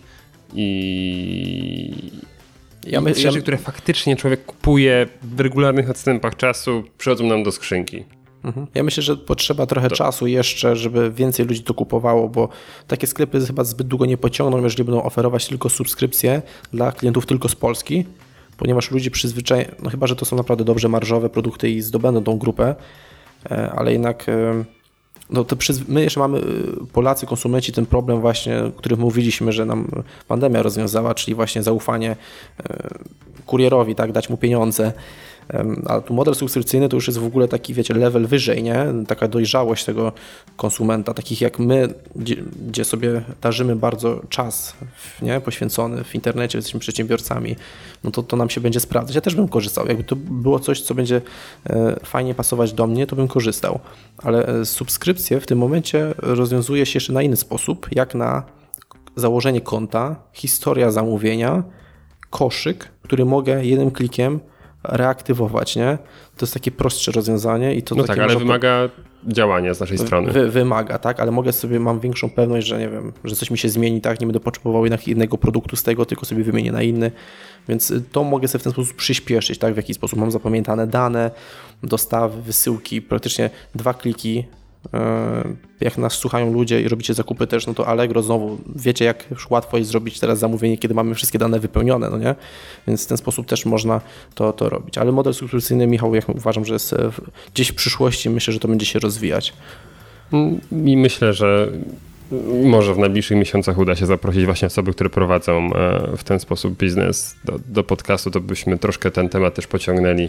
B: i, ja my, i rzeczy, ja... które faktycznie człowiek kupuje w regularnych odstępach czasu, przychodzą nam do skrzynki.
E: Ja myślę, że potrzeba trochę to. czasu jeszcze, żeby więcej ludzi to kupowało, bo takie sklepy chyba zbyt długo nie pociągną, jeżeli będą oferować tylko subskrypcje dla klientów tylko z Polski, ponieważ ludzie przyzwyczają, no chyba, że to są naprawdę dobrze marżowe produkty i zdobędą tą grupę, ale jednak no to przyzw- my jeszcze mamy, Polacy, konsumenci, ten problem właśnie, o którym mówiliśmy, że nam pandemia rozwiązała, czyli właśnie zaufanie kurierowi, tak, dać mu pieniądze. A tu model subskrypcyjny to już jest w ogóle taki, wiecie, level wyżej, nie? Taka dojrzałość tego konsumenta, takich jak my, gdzie, gdzie sobie darzymy bardzo czas, nie? Poświęcony w internecie, jesteśmy przedsiębiorcami, no to, to nam się będzie sprawdzać. Ja też bym korzystał. Jakby to było coś, co będzie fajnie pasować do mnie, to bym korzystał. Ale subskrypcję w tym momencie rozwiązuje się jeszcze na inny sposób, jak na założenie konta, historia zamówienia, koszyk, który mogę jednym klikiem reaktywować, nie? To jest takie prostsze rozwiązanie i to
B: no tak, ale wymaga po... działania z naszej strony.
E: Wy, wymaga, tak, ale mogę sobie, mam większą pewność, że nie wiem, że coś mi się zmieni, tak, nie będę potrzebował jednak jednego produktu z tego, tylko sobie wymienię na inny, więc to mogę sobie w ten sposób przyspieszyć, tak, w jaki sposób mam zapamiętane dane, dostawy, wysyłki, praktycznie dwa kliki. Jak nas słuchają ludzie i robicie zakupy też, no to Allegro znowu, wiecie jak już łatwo jest zrobić teraz zamówienie, kiedy mamy wszystkie dane wypełnione, no nie? Więc w ten sposób też można to, to robić. Ale model subskrypcyjny, Michał, ja uważam, że jest gdzieś w przyszłości, myślę, że to będzie się rozwijać.
B: I myślę, że może w najbliższych miesiącach uda się zaprosić właśnie osoby, które prowadzą w ten sposób biznes do, do podcastu, to byśmy troszkę ten temat też pociągnęli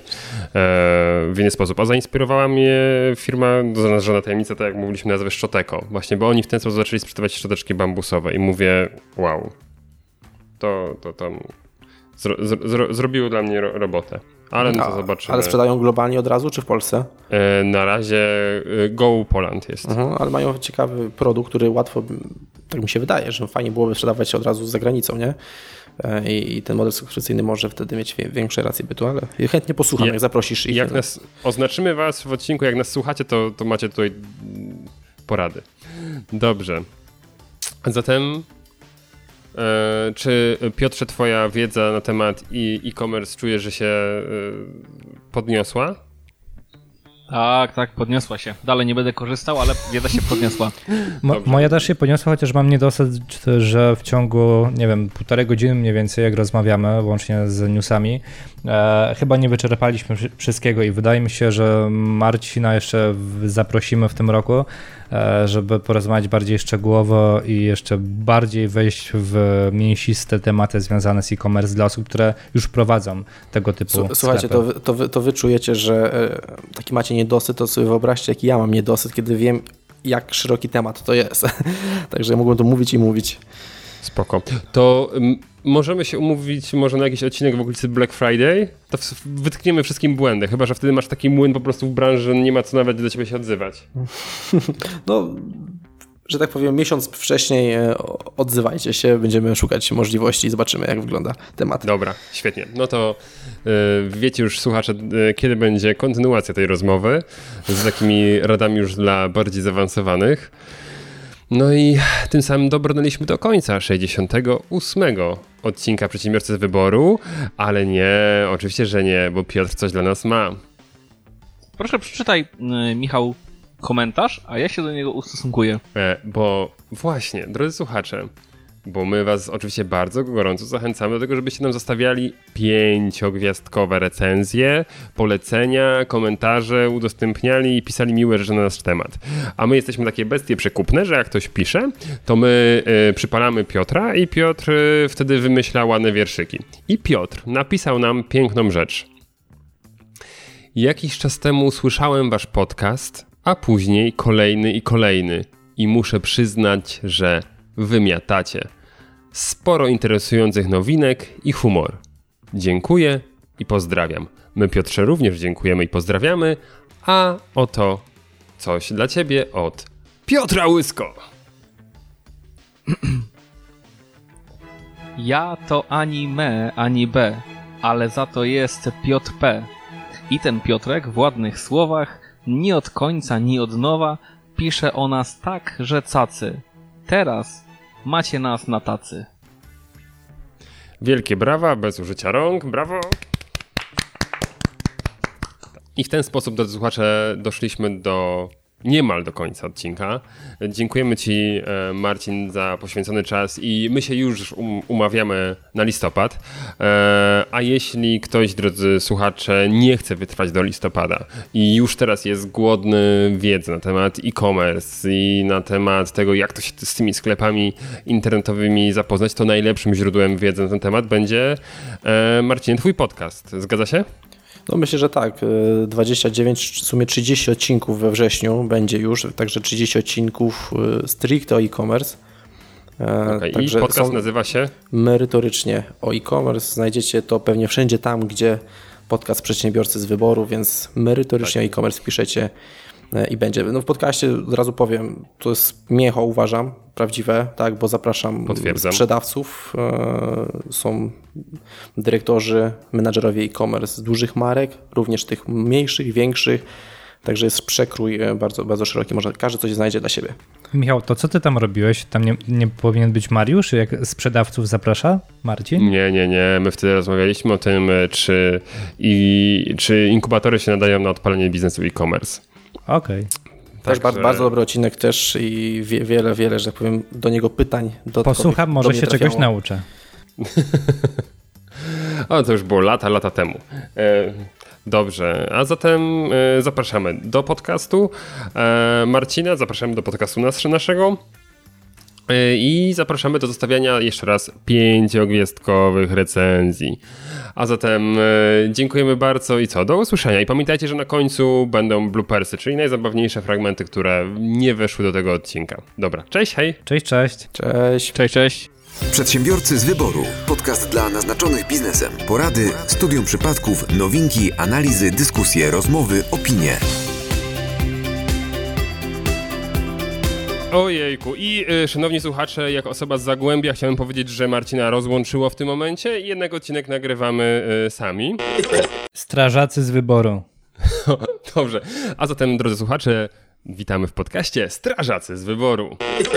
B: w inny sposób. A zainspirowała mnie firma, żadna tajemnica, tak jak mówiliśmy, nazwę Szczoteko. Właśnie, bo oni w ten sposób zaczęli sprzedawać szczoteczki bambusowe i mówię, wow, to, to tam zro, zro, zrobiło dla mnie ro, robotę. Ale no to zobaczymy.
E: Ale sprzedają globalnie od razu, czy w Polsce?
B: E, na razie Go Poland jest.
E: Mhm, ale mają ciekawy produkt, który łatwo, tak mi się wydaje, że fajnie byłoby sprzedawać od razu za granicą, nie? E, I ten model subskrypcyjny może wtedy mieć większe racje bytu, ale chętnie posłucham, jak, jak zaprosisz ich.
B: Jak nas, oznaczymy was w odcinku, jak nas słuchacie, to, to macie tutaj porady. Dobrze. Zatem E, czy Piotrze, twoja wiedza na temat e-commerce czujesz, że się e, podniosła?
D: Tak, tak, podniosła się. Dalej nie będę korzystał, ale wiedza się podniosła.
C: Mo, moja też się podniosła, chociaż mam niedosyt, że w ciągu, nie wiem, półtorej godziny mniej więcej, jak rozmawiamy, łącznie z newsami, e, chyba nie wyczerpaliśmy wszystkiego i wydaje mi się, że Marcina jeszcze zaprosimy w tym roku, e, żeby porozmawiać bardziej szczegółowo i jeszcze bardziej wejść w mięsiste tematy związane z e-commerce dla osób, które już prowadzą tego typu sklepy.
E: Słuchajcie, to wy, to, wy, to wy czujecie, że e, taki macie niedosyt, to sobie wyobraźcie, jaki ja mam niedosyt, kiedy wiem, jak szeroki temat to jest. Także mogłem to mówić i mówić.
B: Spoko. To m, możemy się umówić może na jakiś odcinek w okolicy Black Friday? To w, wytkniemy wszystkim błędy, chyba że wtedy masz taki młyn po prostu w branży, że nie ma co nawet do ciebie się odzywać.
E: No, że tak powiem, miesiąc wcześniej odzywajcie się, będziemy szukać możliwości i zobaczymy, jak wygląda temat.
B: Dobra, świetnie. No to yy, wiecie już, słuchacze, yy, kiedy będzie kontynuacja tej rozmowy z takimi radami już dla bardziej zaawansowanych. No i tym samym dobrnęliśmy do końca sześćdziesiątego ósmego odcinka Przedsiębiorcy z Wyboru, ale nie, oczywiście, że nie, bo Piotr coś dla nas ma.
D: Proszę przeczytaj, yy, Michał, komentarz, a ja się do niego ustosunkuję.
B: E, bo właśnie, drodzy słuchacze, bo my was oczywiście bardzo gorąco zachęcamy do tego, żebyście nam zostawiali pięciogwiazdkowe recenzje, polecenia, komentarze, udostępniali i pisali miłe rzeczy na nasz temat. A my jesteśmy takie bestie przekupne, że jak ktoś pisze, to my y, przypalamy Piotra i Piotr y, wtedy wymyśla ładne wierszyki. I Piotr napisał nam piękną rzecz. Jakiś czas temu słyszałem wasz podcast, a później kolejny i kolejny. I muszę przyznać, że wymiatacie. Sporo interesujących nowinek i humor. Dziękuję i pozdrawiam. My, Piotrze, również dziękujemy i pozdrawiamy, a oto coś dla ciebie od Piotra Łysko.
D: Ja to ani me, ani b, ale za to jest Piotr P. I ten Piotrek w ładnych słowach, ni od końca, ni od nowa, pisze o nas tak, że cacy. Teraz macie nas na tacy.
B: Wielkie brawa, bez użycia rąk, brawo! I w ten sposób, drodzy słuchacze, doszliśmy do niemal do końca odcinka. Dziękujemy ci, Marcin, za poświęcony czas i my się już um- umawiamy na listopad. A jeśli ktoś, drodzy słuchacze, nie chce wytrwać do listopada i już teraz jest głodny wiedzy na temat e-commerce i na temat tego, jak to się z tymi sklepami internetowymi zapoznać, to najlepszym źródłem wiedzy na ten temat będzie, Marcin, twój podcast. Zgadza się?
E: No myślę, że tak. dwadzieścia dziewięć, w sumie trzydzieści odcinków we wrześniu będzie już, także trzydzieści odcinków stricte o e-commerce.
B: Okay. I podcast nazywa się?
E: Merytorycznie o e-commerce. Znajdziecie to pewnie wszędzie tam, gdzie podcast Przedsiębiorcy z Wyboru, więc merytorycznie tak. O e-commerce piszecie i będzie. No w podcaście od razu powiem, to jest miecho, uważam, prawdziwe, tak, bo zapraszam
B: Potwierdzam.
E: sprzedawców, e, są dyrektorzy, menadżerowie e-commerce z dużych marek, również tych mniejszych, większych, także jest przekrój bardzo, bardzo szeroki, może każdy coś znajdzie dla siebie.
C: Michał, to co ty tam robiłeś? Tam nie, nie powinien być Mariusz, jak sprzedawców zaprasza Marcin?
B: Nie, nie, nie. My wtedy rozmawialiśmy o tym, czy, i, czy inkubatory się nadają na odpalenie biznesu e-commerce.
C: Okej. Okay.
E: Też
B: Także...
E: bardzo, bardzo dobry odcinek też i wie, wiele, wiele, że tak powiem, do niego pytań.
C: Posłucham, może się
E: trafiało.
C: Czegoś nauczę.
B: O, to już było lata, lata temu. E, Dobrze, a zatem e, zapraszamy do podcastu e, Marcina, zapraszamy do podcastu nas, naszego e, i zapraszamy do zostawiania jeszcze raz pięciogwiazdkowych recenzji. A zatem e, dziękujemy bardzo i co, do usłyszenia. I pamiętajcie, że na końcu będą bloopersy, czyli najzabawniejsze fragmenty, które nie weszły do tego odcinka. Dobra, cześć, hej!
C: Cześć, cześć!
E: Cześć!
D: Cześć, cześć!
A: Przedsiębiorcy z wyboru. Podcast dla naznaczonych biznesem. Porady, studium przypadków, nowinki, analizy, dyskusje, rozmowy, opinie.
B: Ojejku. I y, szanowni słuchacze, jak osoba z Zagłębia chciałem powiedzieć, że Marcina rozłączyło w tym momencie i jednak odcinek nagrywamy y, sami.
C: Strażacy z wyboru.
B: Dobrze. A zatem, drodzy słuchacze, witamy w podcaście Strażacy z wyboru.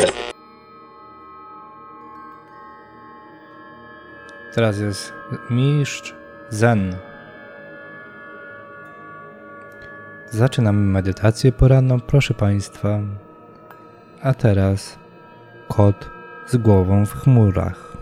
C: Teraz jest mistrz Zen. Zaczynamy medytację poranną, proszę Państwa. A teraz kot z głową w chmurach.